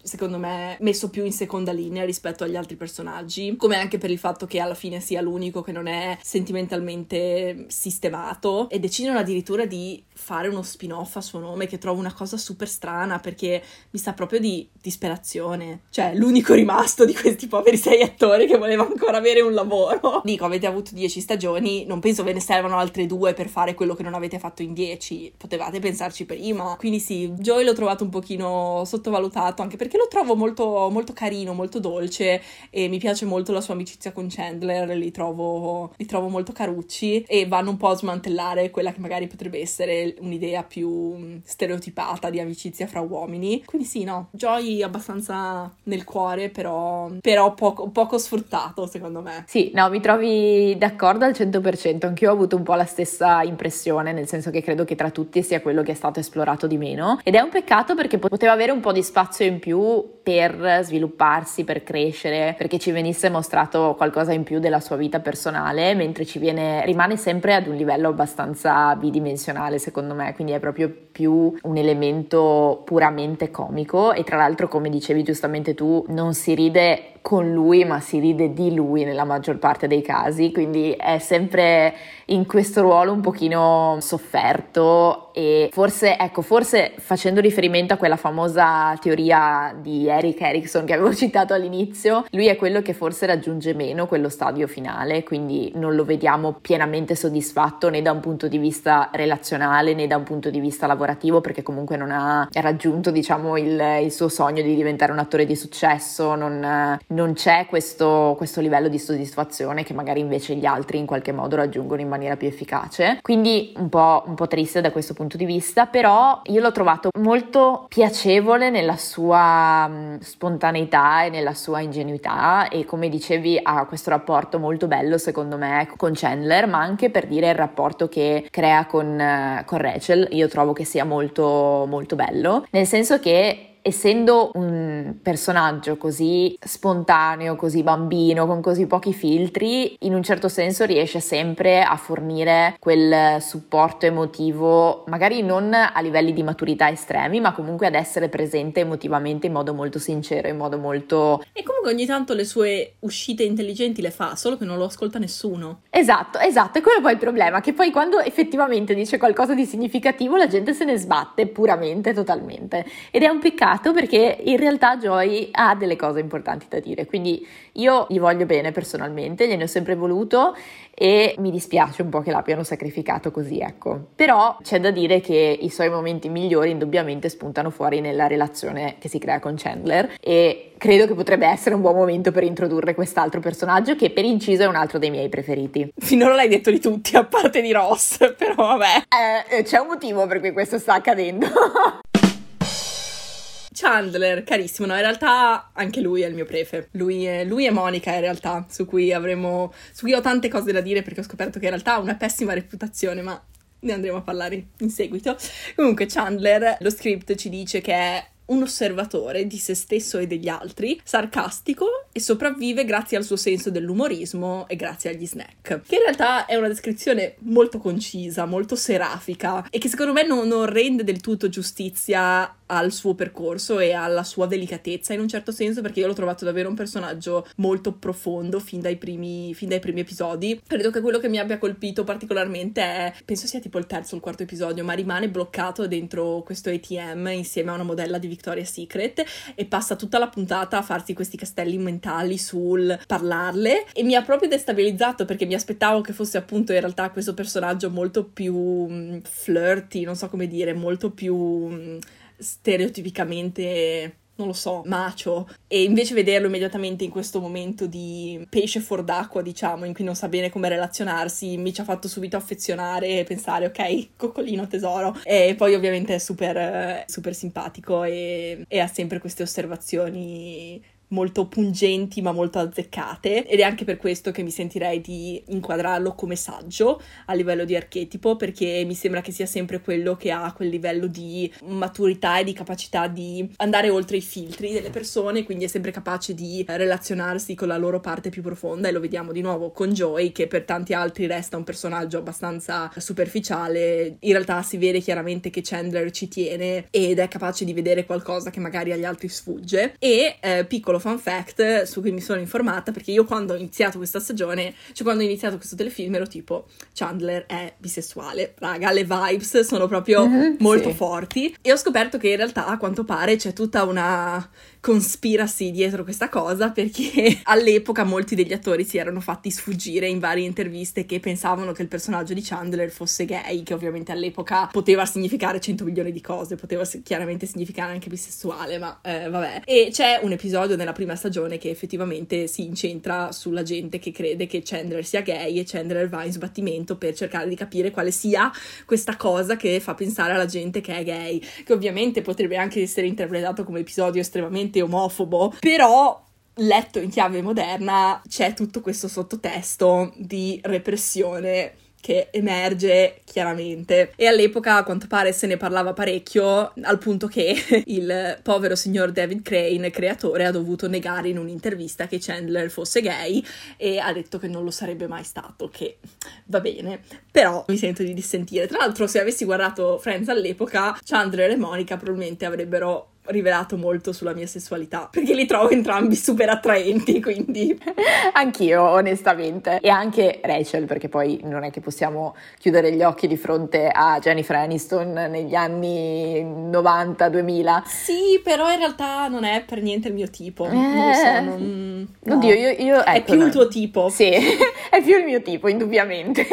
secondo me, messo più in seconda linea rispetto agli altri personaggi, come anche per il fatto che alla fine sia l'unico che non è sentimentalmente sistemato, e decidono addirittura di fare uno spin-off a suo nome, che trovo una cosa super strana, perché mi sa proprio di disperazione. Cioè, l'unico rimasto di questi poveri 6 attori che voleva ancora avere un lavoro. Dico, avete avuto 10 stagioni, non penso ve ne servano altre 2 per fare quello che non avete fatto in 10. Potevate pensarci prima. Quindi sì, Joey l'ho trovato un pochino sottovalutato, anche perché lo trovo molto, molto carino, molto dolce, e mi piace molto la sua amicizia con Chandler, li trovo molto carucci, e vanno un po' a smantellare quella che magari potrebbe essere un'idea più stereotipata di amicizia fra uomini. Quindi sì, no, Joey abbastanza nel cuore, però poco sfruttato, secondo me. Sì, no, mi trovi d'accordo al 100%, anch'io ho avuto un po' la stessa impressione, nel senso che credo che tra tutti sia quello che è stato esplorato di meno, ed è un peccato perché poteva avere un po' di spazio in più per svilupparsi, per crescere, perché ci venisse mostrato qualcosa in più della sua vita personale, mentre rimane sempre ad un livello abbastanza bidimensionale, secondo me, quindi è proprio più un elemento puramente comico. E tra l'altro, come dicevi giustamente tu, non si ride con lui, ma si ride di lui nella maggior parte dei casi, quindi è sempre in questo ruolo un pochino sofferto. E forse facendo riferimento a quella famosa teoria di Erik Erikson che avevo citato all'inizio, lui è quello che forse raggiunge meno quello stadio finale, quindi non lo vediamo pienamente soddisfatto né da un punto di vista relazionale né da un punto di vista lavorativo, perché comunque non ha raggiunto, diciamo, il suo sogno di diventare un attore di successo, non c'è questo livello di soddisfazione che magari invece gli altri in qualche modo raggiungono in maniera più efficace, quindi un po' triste da questo punto di vista. Però io l'ho trovato molto piacevole nella sua spontaneità e nella sua ingenuità, e come dicevi ha questo rapporto molto bello secondo me con Chandler, ma anche per dire il rapporto che crea con Rachel, io trovo che sia molto molto bello, nel senso che essendo un personaggio così spontaneo, così bambino, con così pochi filtri, in un certo senso riesce sempre a fornire quel supporto emotivo, magari non a livelli di maturità estremi, ma comunque ad essere presente emotivamente in modo molto sincero, in modo molto... E comunque ogni tanto le sue uscite intelligenti le fa, solo che non lo ascolta nessuno. Esatto, e quello poi è il problema, che poi quando effettivamente dice qualcosa di significativo la gente se ne sbatte puramente, totalmente, ed è un peccato perché in realtà Joey ha delle cose importanti da dire, quindi io gli voglio bene personalmente, gliene ho sempre voluto e mi dispiace un po' che l'abbiano sacrificato così, ecco. Però c'è da dire che i suoi momenti migliori indubbiamente spuntano fuori nella relazione che si crea con Chandler, e credo che potrebbe essere un buon momento per introdurre quest'altro personaggio che per inciso è un altro dei miei preferiti. Finora l'hai detto di tutti, a parte di Ross, però vabbè. C'è un motivo per cui questo sta accadendo. Chandler, carissimo, no, in realtà anche lui è il mio prefe. Lui e Monica in realtà, su cui ho tante cose da dire, perché ho scoperto che in realtà ha una pessima reputazione, ma ne andremo a parlare in seguito. Comunque Chandler, lo script ci dice che è un osservatore di se stesso e degli altri, sarcastico, e sopravvive grazie al suo senso dell'umorismo e grazie agli snack. Che in realtà è una descrizione molto concisa, molto serafica, e che secondo me non rende del tutto giustizia al suo percorso e alla sua delicatezza in un certo senso, perché io l'ho trovato davvero un personaggio molto profondo fin dai primi episodi. Credo che quello che mi abbia colpito particolarmente è, penso sia tipo il terzo o il quarto episodio, ma rimane bloccato dentro questo ATM insieme a una modella di Victoria's Secret e passa tutta la puntata a farsi questi castelli mentali sul parlarle, e mi ha proprio destabilizzato, perché mi aspettavo che fosse appunto in realtà questo personaggio molto più flirty, non so come dire, molto più stereotipicamente, non lo so, macho, e invece vederlo immediatamente in questo momento di pesce fuor d'acqua, diciamo, in cui non sa bene come relazionarsi, mi ci ha fatto subito affezionare e pensare ok, coccolino tesoro. E poi ovviamente è super simpatico e ha sempre queste osservazioni molto pungenti ma molto azzeccate, ed è anche per questo che mi sentirei di inquadrarlo come saggio a livello di archetipo, perché mi sembra che sia sempre quello che ha quel livello di maturità e di capacità di andare oltre i filtri delle persone, quindi è sempre capace di relazionarsi con la loro parte più profonda, e lo vediamo di nuovo con Joey, che per tanti altri resta un personaggio abbastanza superficiale. In realtà si vede chiaramente che Chandler ci tiene ed è capace di vedere qualcosa che magari agli altri sfugge. E piccolo fun fact su cui mi sono informata, perché io quando ho iniziato questa stagione, cioè quando ho iniziato questo telefilm, ero tipo Chandler è bisessuale, raga, le vibes sono proprio molto forti, e ho scoperto che in realtà a quanto pare c'è tutta una conspiracy dietro questa cosa, perché all'epoca molti degli attori si erano fatti sfuggire in varie interviste che pensavano che il personaggio di Chandler fosse gay, che ovviamente all'epoca poteva significare 100 milioni di cose, poteva chiaramente significare anche bisessuale, ma vabbè. E c'è un episodio nella prima stagione che effettivamente si incentra sulla gente che crede che Chandler sia gay, e Chandler va in sbattimento per cercare di capire quale sia questa cosa che fa pensare alla gente che è gay, che ovviamente potrebbe anche essere interpretato come episodio estremamente omofobo, però letto in chiave moderna c'è tutto questo sottotesto di repressione che emerge chiaramente, e all'epoca a quanto pare se ne parlava parecchio, al punto che il povero signor David Crane, creatore, ha dovuto negare in un'intervista che Chandler fosse gay, e ha detto che non lo sarebbe mai stato, che va bene, però mi sento di dissentire. Tra l'altro, se avessi guardato Friends all'epoca, Chandler e Monica probabilmente avrebbero rivelato molto sulla mia sessualità, perché li trovo entrambi super attraenti, quindi anch'io onestamente, e anche Rachel, perché poi non è che possiamo chiudere gli occhi di fronte a Jennifer Aniston negli anni 90-2000. Sì, però in realtà non è per niente il mio tipo, non lo so, no. Oddio, io è ecco, più il tuo tipo. Sì, è più il mio tipo, indubbiamente.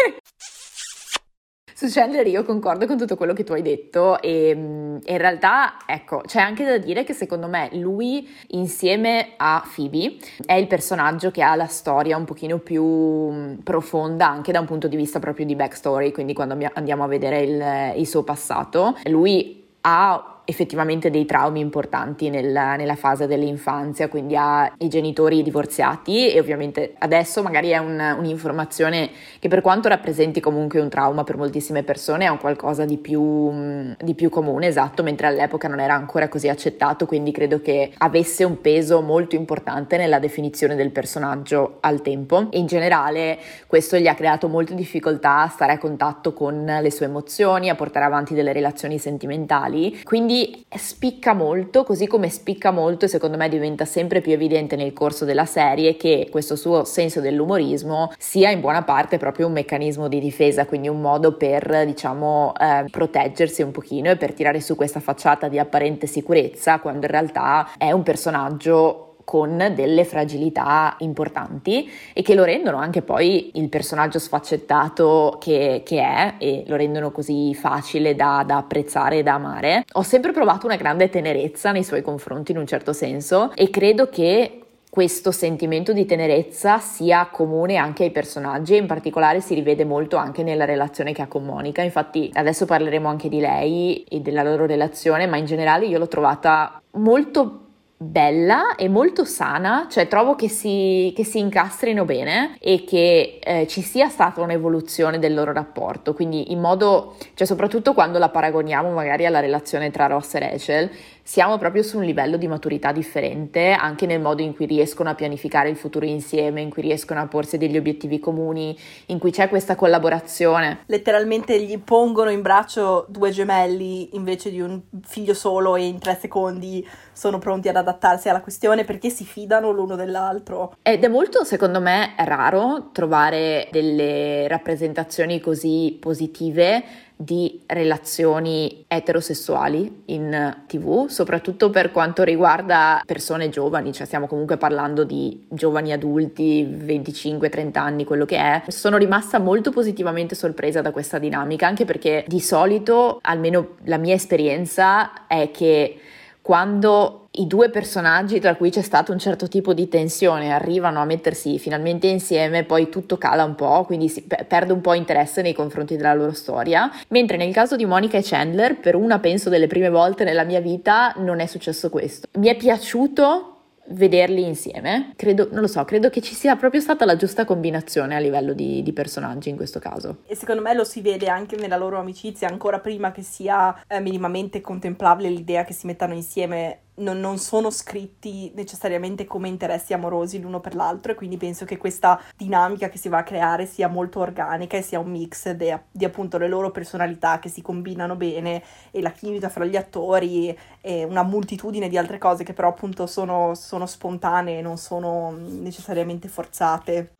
Su Chandler io concordo con tutto quello che tu hai detto, e in realtà, ecco, c'è anche da dire che secondo me lui, insieme a Phoebe, è il personaggio che ha la storia un pochino più profonda anche da un punto di vista proprio di backstory, quindi quando andiamo a vedere il suo passato, lui ha effettivamente dei traumi importanti nella fase dell'infanzia, quindi ha i genitori divorziati, e ovviamente adesso magari è un'informazione che, per quanto rappresenti comunque un trauma per moltissime persone, è un qualcosa di più comune, esatto, mentre all'epoca non era ancora così accettato, quindi credo che avesse un peso molto importante nella definizione del personaggio al tempo, e in generale questo gli ha creato molte difficoltà a stare a contatto con le sue emozioni, a portare avanti delle relazioni sentimentali, quindi spicca molto, così come spicca molto, e secondo me diventa sempre più evidente nel corso della serie, che questo suo senso dell'umorismo sia in buona parte proprio un meccanismo di difesa, quindi un modo per, diciamo, proteggersi un pochino e per tirare su questa facciata di apparente sicurezza, quando in realtà è un personaggio con delle fragilità importanti, e che lo rendono anche poi il personaggio sfaccettato che è, e lo rendono così facile da apprezzare e da amare. Ho sempre provato una grande tenerezza nei suoi confronti, in un certo senso, e credo che questo sentimento di tenerezza sia comune anche ai personaggi, e in particolare si rivede molto anche nella relazione che ha con Monica. Infatti adesso parleremo anche di lei e della loro relazione, ma in generale io l'ho trovata molto bella e molto sana, cioè trovo che si incastrino bene, e che ci sia stata un'evoluzione del loro rapporto, quindi in modo, cioè soprattutto quando la paragoniamo magari alla relazione tra Ross e Rachel, siamo proprio su un livello di maturità differente, anche nel modo in cui riescono a pianificare il futuro insieme, in cui riescono a porsi degli obiettivi comuni, in cui c'è questa collaborazione. Letteralmente gli pongono in braccio due gemelli invece di un figlio solo, e in 3 secondi sono pronti ad adattarsi alla questione perché si fidano l'uno dell'altro. Ed è molto, secondo me, raro trovare delle rappresentazioni così positive di relazioni eterosessuali in TV, soprattutto per quanto riguarda persone giovani, cioè stiamo comunque parlando di giovani adulti, 25-30 anni, quello che è. Sono rimasta molto positivamente sorpresa da questa dinamica, anche perché di solito, almeno la mia esperienza, è che quando i due personaggi tra cui c'è stato un certo tipo di tensione arrivano a mettersi finalmente insieme, poi tutto cala un po', quindi si perde un po' interesse nei confronti della loro storia, mentre nel caso di Monica e Chandler, per una penso delle prime volte nella mia vita, non è successo questo. Mi è piaciuto vederli insieme. Credo, non lo so, credo che ci sia proprio stata la giusta combinazione a livello di personaggi in questo caso. E secondo me lo si vede anche nella loro amicizia, ancora prima che sia minimamente contemplabile l'idea che si mettano insieme. Non sono scritti necessariamente come interessi amorosi l'uno per l'altro, e quindi penso che questa dinamica che si va a creare sia molto organica e sia un mix di appunto le loro personalità che si combinano bene, e la chimica fra gli attori e una moltitudine di altre cose che però appunto sono spontanee, non sono necessariamente forzate.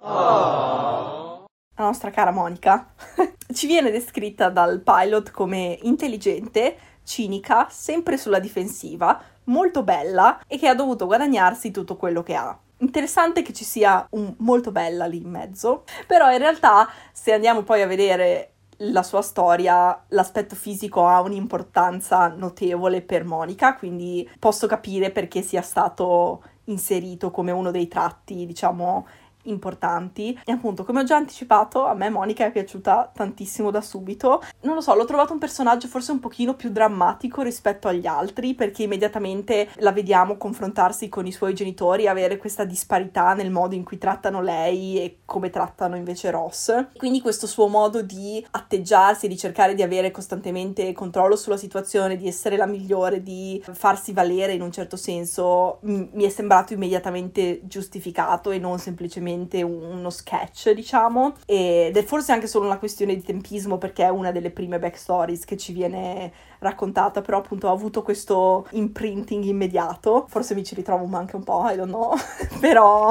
La nostra cara Monica ci viene descritta dal pilot come intelligente, cinica, sempre sulla difensiva, molto bella e che ha dovuto guadagnarsi tutto quello che ha. Interessante che ci sia un molto bella lì in mezzo, però in realtà se andiamo poi a vedere la sua storia, l'aspetto fisico ha un'importanza notevole per Monica, quindi posso capire perché sia stato inserito come uno dei tratti, diciamo, importanti. E appunto, come ho già anticipato, a me Monica è piaciuta tantissimo da subito. Non lo so, l'ho trovato un personaggio forse un pochino più drammatico rispetto agli altri, perché immediatamente la vediamo confrontarsi con i suoi genitori, avere questa disparità nel modo in cui trattano lei e come trattano invece Ross. Quindi questo suo modo di atteggiarsi, di cercare di avere costantemente controllo sulla situazione, di essere la migliore, di farsi valere in un certo senso, mi è sembrato immediatamente giustificato e non semplicemente uno sketch, diciamo, ed è forse anche solo una questione di tempismo, perché è una delle prime backstories che ci viene raccontata, però appunto ho avuto questo imprinting immediato, forse mi ci ritrovo anche un po', I don't know, però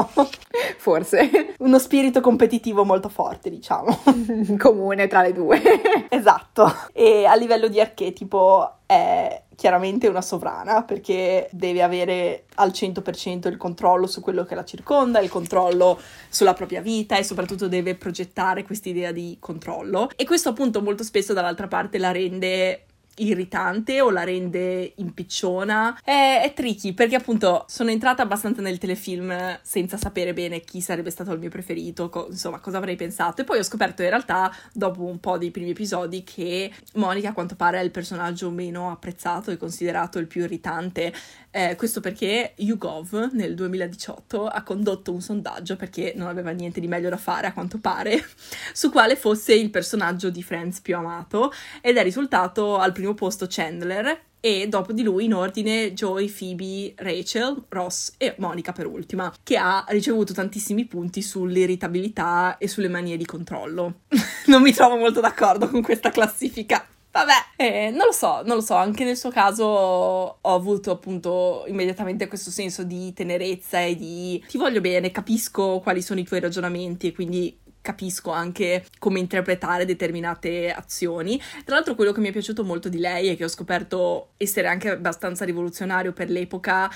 forse uno spirito competitivo molto forte, diciamo, comune tra le due. Esatto. E a livello di archetipo è chiaramente una sovrana, perché deve avere al 100% il controllo su quello che la circonda, il controllo sulla propria vita, e soprattutto deve progettare quest'idea di controllo, e questo appunto molto spesso dall'altra parte la rende irritante o la rende impicciona. È tricky, perché appunto sono entrata abbastanza nel telefilm senza sapere bene chi sarebbe stato il mio preferito, insomma cosa avrei pensato, e poi ho scoperto in realtà dopo un po' dei primi episodi che Monica a quanto pare è il personaggio meno apprezzato e considerato il più irritante. Questo perché YouGov nel 2018 ha condotto un sondaggio, perché non aveva niente di meglio da fare a quanto pare, su quale fosse il personaggio di Friends più amato, ed è risultato al primo posto Chandler, e dopo di lui in ordine Joey, Phoebe, Rachel, Ross e Monica per ultima, che ha ricevuto tantissimi punti sull'irritabilità e sulle manie di controllo. Non mi trovo molto d'accordo con questa classifica. Vabbè, non lo so, anche nel suo caso ho avuto appunto immediatamente questo senso di tenerezza e di ti voglio bene, capisco quali sono i tuoi ragionamenti e quindi capisco anche come interpretare determinate azioni. Tra l'altro quello che mi è piaciuto molto di lei e che ho scoperto essere anche abbastanza rivoluzionario per l'epoca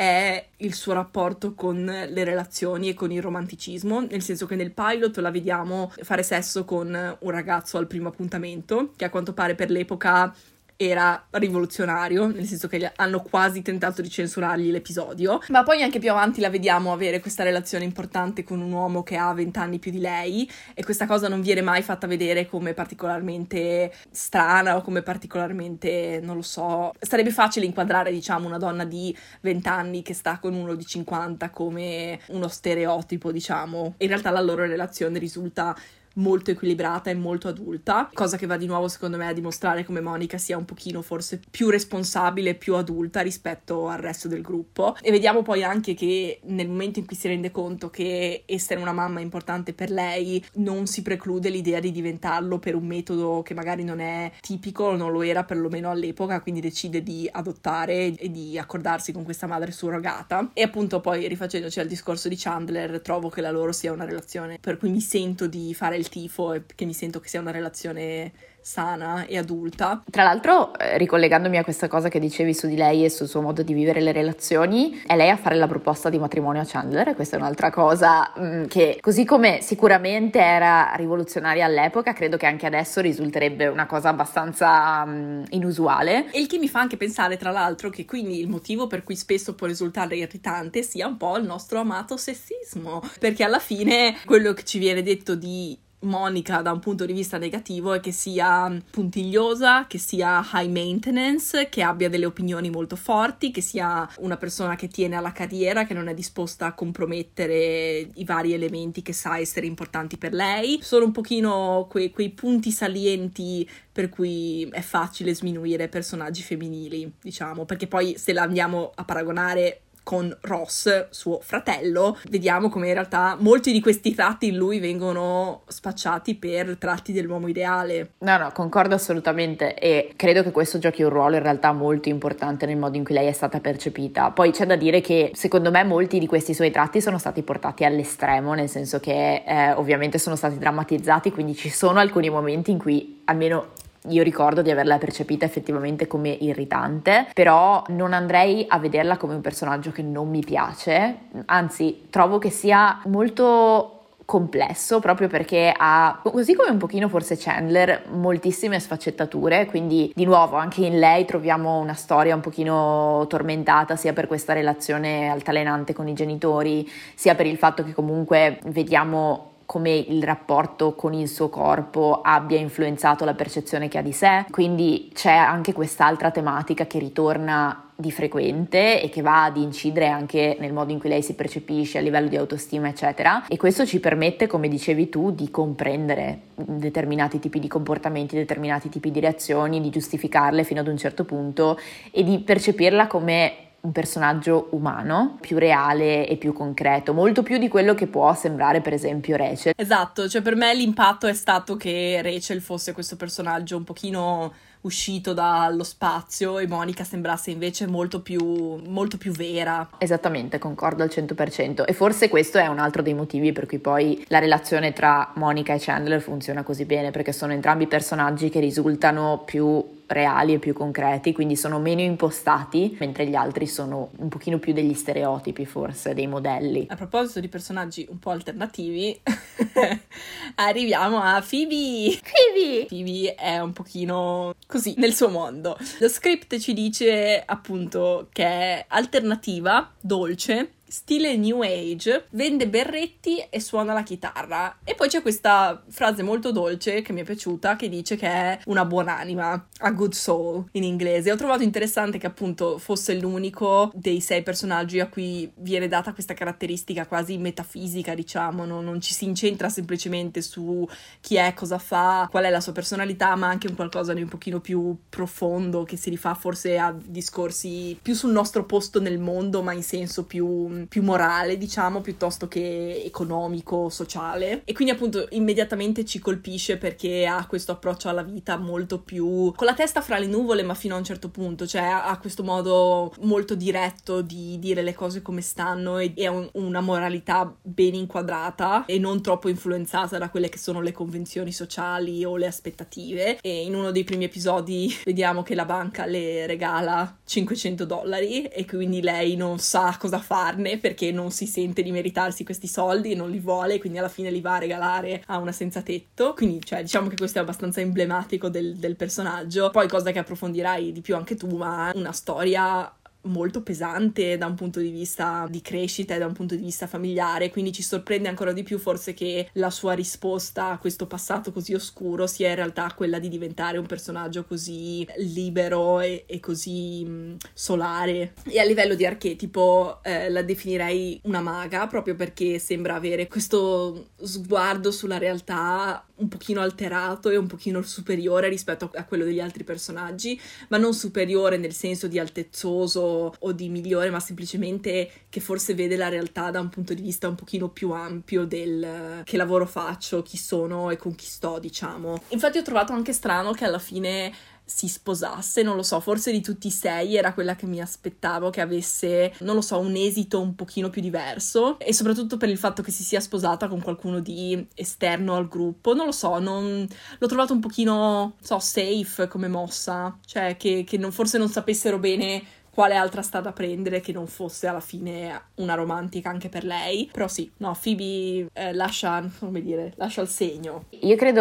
è il suo rapporto con le relazioni e con il romanticismo, nel senso che nel pilot la vediamo fare sesso con un ragazzo al primo appuntamento, che a quanto pare per l'epoca era rivoluzionario, nel senso che hanno quasi tentato di censurargli l'episodio, ma poi anche più avanti la vediamo avere questa relazione importante con un uomo che ha 20 anni più di lei, e questa cosa non viene mai fatta vedere come particolarmente strana o come particolarmente, non lo so, sarebbe facile inquadrare, diciamo, una donna di 20 anni che sta con uno di 50 come uno stereotipo, diciamo. In realtà la loro relazione risulta molto equilibrata e molto adulta, cosa che va di nuovo secondo me a dimostrare come Monica sia un pochino forse più responsabile, più adulta rispetto al resto del gruppo. E vediamo poi anche che nel momento in cui si rende conto che essere una mamma è importante per lei, non si preclude l'idea di diventarlo per un metodo che magari non è tipico, non lo era perlomeno all'epoca, quindi decide di adottare e di accordarsi con questa madre surrogata. E appunto poi, rifacendoci al discorso di Chandler, trovo che la loro sia una relazione per cui mi sento di fare il tifo e che mi sento che sia una relazione sana e adulta. Tra l'altro, ricollegandomi a questa cosa che dicevi su di lei e sul suo modo di vivere le relazioni, è lei a fare la proposta di matrimonio a Chandler, e questa è un'altra cosa che, così come sicuramente era rivoluzionaria all'epoca, credo che anche adesso risulterebbe una cosa abbastanza inusuale. E il che mi fa anche pensare, tra l'altro, che quindi il motivo per cui spesso può risultare irritante sia un po' il nostro amato sessismo, perché alla fine quello che ci viene detto di Monica da un punto di vista negativo è che sia puntigliosa, che sia high maintenance, che abbia delle opinioni molto forti, che sia una persona che tiene alla carriera, che non è disposta a compromettere i vari elementi che sa essere importanti per lei. Sono un pochino quei punti salienti per cui è facile sminuire personaggi femminili, diciamo, perché poi se la andiamo a paragonare con Ross, suo fratello, vediamo come in realtà molti di questi tratti in lui vengono spacciati per tratti dell'uomo ideale. No, concordo assolutamente, e credo che questo giochi un ruolo in realtà molto importante nel modo in cui lei è stata percepita. Poi c'è da dire che secondo me molti di questi suoi tratti sono stati portati all'estremo, nel senso che ovviamente sono stati drammatizzati, quindi ci sono alcuni momenti in cui almeno io ricordo di averla percepita effettivamente come irritante, però non andrei a vederla come un personaggio che non mi piace, anzi trovo che sia molto complesso proprio perché ha, così come un pochino forse Chandler, moltissime sfaccettature, quindi di nuovo anche in lei troviamo una storia un pochino tormentata, sia per questa relazione altalenante con i genitori, sia per il fatto che comunque vediamo come il rapporto con il suo corpo abbia influenzato la percezione che ha di sé, quindi c'è anche quest'altra tematica che ritorna di frequente e che va ad incidere anche nel modo in cui lei si percepisce a livello di autostima eccetera, e questo ci permette, come dicevi tu, di comprendere determinati tipi di comportamenti, determinati tipi di reazioni, di giustificarle fino ad un certo punto e di percepirla come un personaggio umano, più reale e più concreto, molto più di quello che può sembrare per esempio Rachel. Esatto, cioè per me l'impatto è stato che Rachel fosse questo personaggio un pochino uscito dallo spazio e Monica sembrasse invece molto più vera. Esattamente, concordo al 100%, e forse questo è un altro dei motivi per cui poi la relazione tra Monica e Chandler funziona così bene, perché sono entrambi personaggi che risultano più reali e più concreti, quindi sono meno impostati, mentre gli altri sono un pochino più degli stereotipi, forse dei modelli. A proposito di personaggi un po' alternativi, arriviamo a Phoebe. Phoebe è un pochino così nel suo mondo. Lo script ci dice appunto che è alternativa, dolce, stile new age, vende berretti e suona la chitarra. E poi c'è questa frase molto dolce che mi è piaciuta, che dice che è una buonanima, a good soul in inglese. Ho trovato interessante che appunto fosse l'unico dei 6 personaggi a cui viene data questa caratteristica quasi metafisica, diciamo, non ci si incentra semplicemente su chi è, cosa fa, qual è la sua personalità, ma anche un qualcosa di un pochino più profondo, che si rifà forse a discorsi più sul nostro posto nel mondo, ma in senso più morale, diciamo, piuttosto che economico, sociale. E quindi appunto immediatamente ci colpisce perché ha questo approccio alla vita molto più con la testa fra le nuvole, ma fino a un certo punto, cioè ha questo modo molto diretto di dire le cose come stanno e ha una moralità ben inquadrata e non troppo influenzata da quelle che sono le convenzioni sociali o le aspettative. E in uno dei primi episodi vediamo che la banca le regala $500 e quindi lei non sa cosa farne perché non si sente di meritarsi questi soldi e non li vuole, quindi alla fine li va a regalare a una senza tetto. Quindi cioè diciamo che questo è abbastanza emblematico del personaggio. Poi, cosa che approfondirai di più anche tu, ma una storia molto pesante da un punto di vista di crescita e da un punto di vista familiare, quindi ci sorprende ancora di più forse che la sua risposta a questo passato così oscuro sia in realtà quella di diventare un personaggio così libero e così solare. E a livello di archetipo la definirei una maga, proprio perché sembra avere questo sguardo sulla realtà un pochino alterato e un pochino superiore rispetto a quello degli altri personaggi, ma non superiore nel senso di altezzoso o di migliore, ma semplicemente che forse vede la realtà da un punto di vista un pochino più ampio del che lavoro faccio, chi sono e con chi sto, diciamo. Infatti ho trovato anche strano che alla fine si sposasse, non lo so, forse di tutti i 6 era quella che mi aspettavo che avesse, non lo so, un esito un pochino più diverso, e soprattutto per il fatto che si sia sposata con qualcuno di esterno al gruppo, non lo so, l'ho trovato un pochino, safe come mossa, cioè che forse non sapessero bene quale altra strada prendere che non fosse alla fine una romantica anche per lei. Però sì, no, Phoebe lascia il segno. Io credo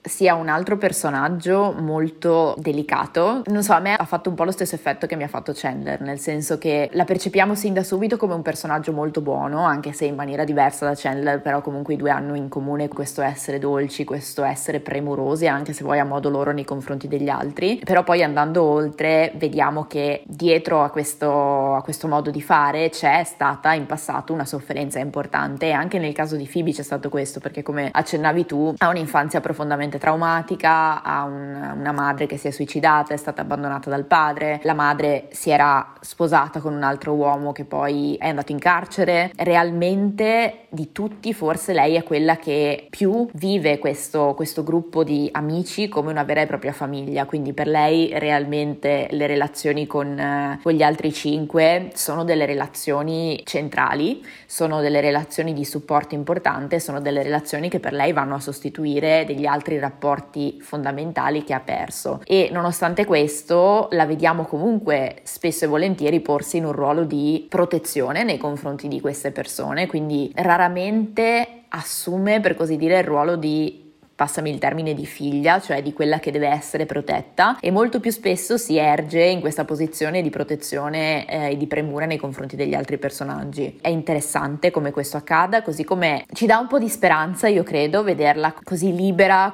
sia un altro personaggio molto delicato. Non so, a me ha fatto un po' lo stesso effetto che mi ha fatto Chandler, nel senso che la percepiamo sin da subito come un personaggio molto buono, anche se in maniera diversa da Chandler, però comunque i due hanno in comune questo essere dolci, questo essere premurosi, anche se vuoi a modo loro nei confronti degli altri. Però poi andando oltre vediamo che dietro a questo modo di fare c'è stata in passato una sofferenza importante, e anche nel caso di Phoebe c'è stato questo, perché come accennavi tu ha un'infanzia profondamente traumatica, ha una madre che si è suicidata, è stata abbandonata dal padre, la madre si era sposata con un altro uomo che poi è andato in carcere. Realmente di tutti forse lei è quella che più vive questo gruppo di amici come una vera e propria famiglia, quindi per lei realmente le relazioni con gli altri 5 sono delle relazioni centrali, sono delle relazioni di supporto importante, sono delle relazioni che per lei vanno a sostituire degli altri rapporti fondamentali che ha perso, e nonostante questo la vediamo comunque spesso e volentieri porsi in un ruolo di protezione nei confronti di queste persone, quindi raramente assume, per così dire, il ruolo di, passami il termine, di figlia, cioè di quella che deve essere protetta, e molto più spesso si erge in questa posizione di protezione e di premura nei confronti degli altri personaggi. È interessante come questo accada, così come ci dà un po' di speranza, io credo, vederla così libera,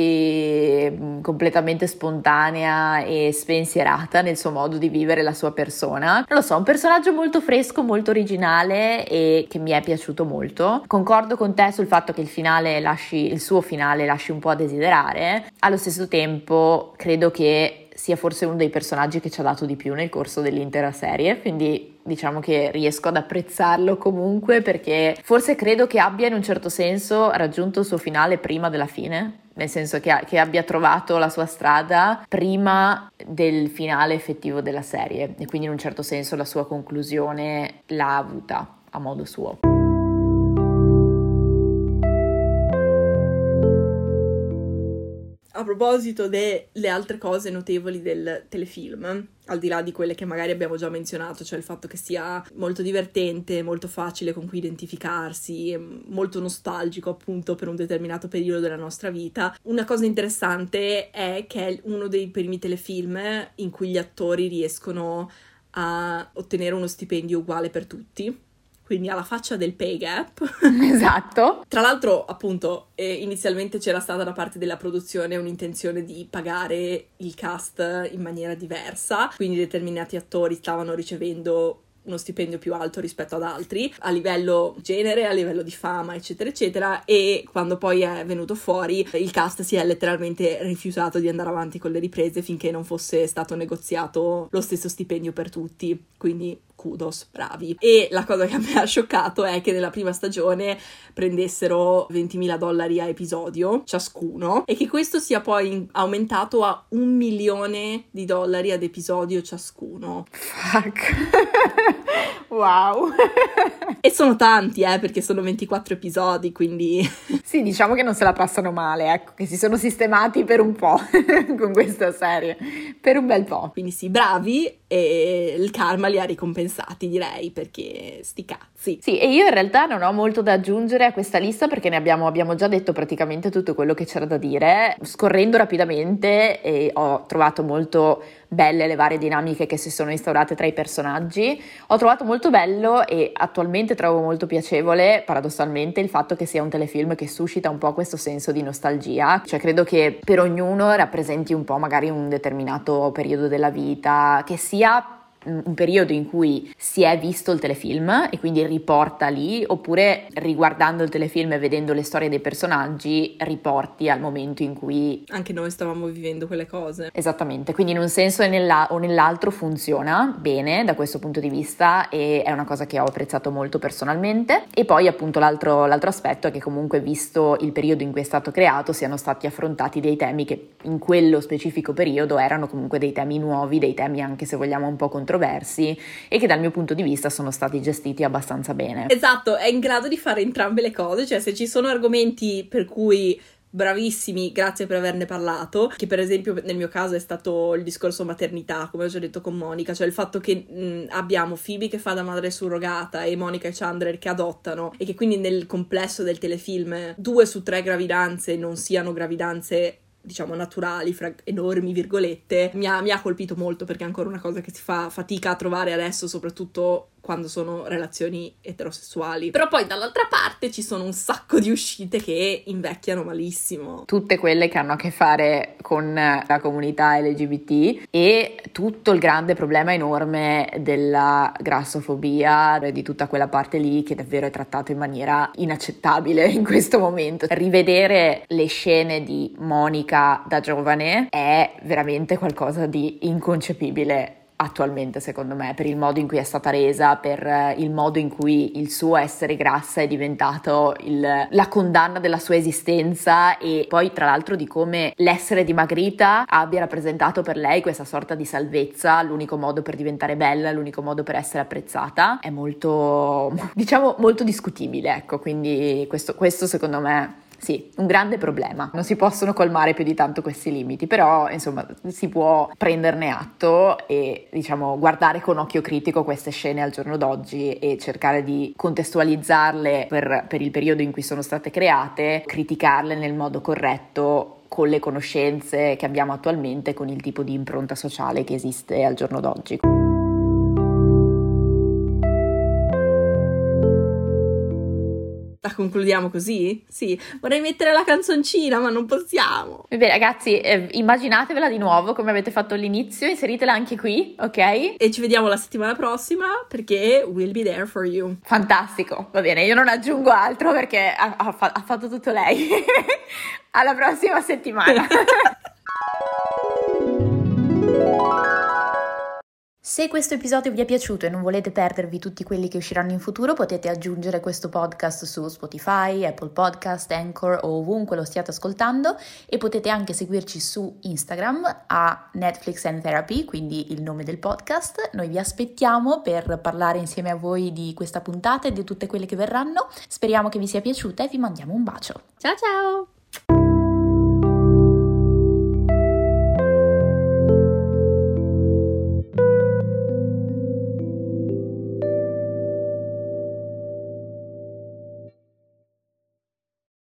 così completamente spontanea e spensierata nel suo modo di vivere la sua persona. Non lo so, un personaggio molto fresco, molto originale e che mi è piaciuto molto. Concordo con te sul fatto che il suo finale lasci un po' a desiderare. Allo stesso tempo credo che sia forse uno dei personaggi che ci ha dato di più nel corso dell'intera serie, quindi diciamo che riesco ad apprezzarlo comunque, perché forse credo che abbia in un certo senso raggiunto il suo finale prima della fine, nel senso che abbia trovato la sua strada prima del finale effettivo della serie, e quindi in un certo senso la sua conclusione l'ha avuta a modo suo. A proposito delle altre cose notevoli del telefilm, al di là di quelle che magari abbiamo già menzionato, cioè il fatto che sia molto divertente, molto facile con cui identificarsi, molto nostalgico appunto per un determinato periodo della nostra vita, una cosa interessante è che è uno dei primi telefilm in cui gli attori riescono a ottenere uno stipendio uguale per tutti. Quindi alla faccia del pay gap. Esatto. Tra l'altro, appunto, inizialmente c'era stata da parte della produzione un'intenzione di pagare il cast in maniera diversa, quindi determinati attori stavano ricevendo uno stipendio più alto rispetto ad altri, a livello genere, a livello di fama, eccetera, eccetera, e quando poi è venuto fuori, il cast si è letteralmente rifiutato di andare avanti con le riprese finché non fosse stato negoziato lo stesso stipendio per tutti, quindi kudos, bravi. E la cosa che a me ha scioccato è che nella prima stagione prendessero $20.000 a episodio ciascuno, e che questo sia poi aumentato a $1 milione ad episodio ciascuno. Fuck. Wow. E sono tanti, perché sono 24 episodi, quindi sì, diciamo che non se la passano male, ecco, che si sono sistemati per un po' con questa serie, per un bel po'. Quindi sì, bravi, e il karma li ha ricompensati, direi, perché sti cazzi. Sì, e io in realtà non ho molto da aggiungere a questa lista, perché ne abbiamo già detto praticamente tutto quello che c'era da dire. Scorrendo rapidamente, ho trovato molto belle le varie dinamiche che si sono instaurate tra i personaggi. Ho trovato molto bello, e attualmente trovo molto piacevole, paradossalmente, il fatto che sia un telefilm che suscita un po' questo senso di nostalgia, cioè credo che per ognuno rappresenti un po' magari un determinato periodo della vita, che sia un periodo in cui si è visto il telefilm e quindi riporta lì, oppure riguardando il telefilm e vedendo le storie dei personaggi riporti al momento in cui anche noi stavamo vivendo quelle cose. Esattamente, quindi in un senso o nell'altro funziona bene da questo punto di vista, e è una cosa che ho apprezzato molto personalmente. E poi appunto l'altro aspetto è che comunque, visto il periodo in cui è stato creato, siano stati affrontati dei temi che in quello specifico periodo erano comunque dei temi nuovi, dei temi anche se vogliamo un po' controversi, e che dal mio punto di vista sono stati gestiti abbastanza bene. Esatto, è in grado di fare entrambe le cose, cioè se ci sono argomenti per cui bravissimi, grazie per averne parlato, che per esempio nel mio caso è stato il discorso maternità, come ho già detto con Monica, cioè il fatto che abbiamo Phoebe che fa da madre surrogata e Monica e Chandler che adottano, e che quindi nel complesso del telefilm 2 su 3 gravidanze non siano gravidanze diciamo naturali, fra enormi virgolette, mi ha colpito molto, perché è ancora una cosa che si fa fatica a trovare adesso, soprattutto quando sono relazioni eterosessuali. Però poi dall'altra parte ci sono un sacco di uscite che invecchiano malissimo. Tutte quelle che hanno a che fare con la comunità LGBT e tutto il grande problema enorme della grassofobia, di tutta quella parte lì che davvero è trattato in maniera inaccettabile in questo momento. Rivedere le scene di Monica da giovane è veramente qualcosa di inconcepibile attualmente, secondo me, per il modo in cui è stata resa, per il modo in cui il suo essere grassa è diventato la condanna della sua esistenza, e poi tra l'altro di come l'essere dimagrita abbia rappresentato per lei questa sorta di salvezza, l'unico modo per diventare bella, l'unico modo per essere apprezzata. È molto, diciamo, molto discutibile, ecco, quindi questo secondo me sì, un grande problema. Non si possono colmare più di tanto questi limiti, però insomma si può prenderne atto e diciamo guardare con occhio critico queste scene al giorno d'oggi e cercare di contestualizzarle per il periodo in cui sono state create, criticarle nel modo corretto con le conoscenze che abbiamo attualmente, con il tipo di impronta sociale che esiste al giorno d'oggi. La concludiamo così? Sì, vorrei mettere la canzoncina, ma non possiamo. Bene ragazzi, immaginatevela di nuovo come avete fatto all'inizio, inseritela anche qui, ok? E ci vediamo la settimana prossima, perché we'll be there for you. Fantastico, va bene, io non aggiungo altro perché ha fatto tutto lei. Alla prossima settimana. Se questo episodio vi è piaciuto e non volete perdervi tutti quelli che usciranno in futuro, potete aggiungere questo podcast su Spotify, Apple Podcast, Anchor o ovunque lo stiate ascoltando, e potete anche seguirci su Instagram a Netflix and Therapy, quindi il nome del podcast. Noi vi aspettiamo per parlare insieme a voi di questa puntata e di tutte quelle che verranno. Speriamo che vi sia piaciuta e vi mandiamo un bacio. Ciao ciao!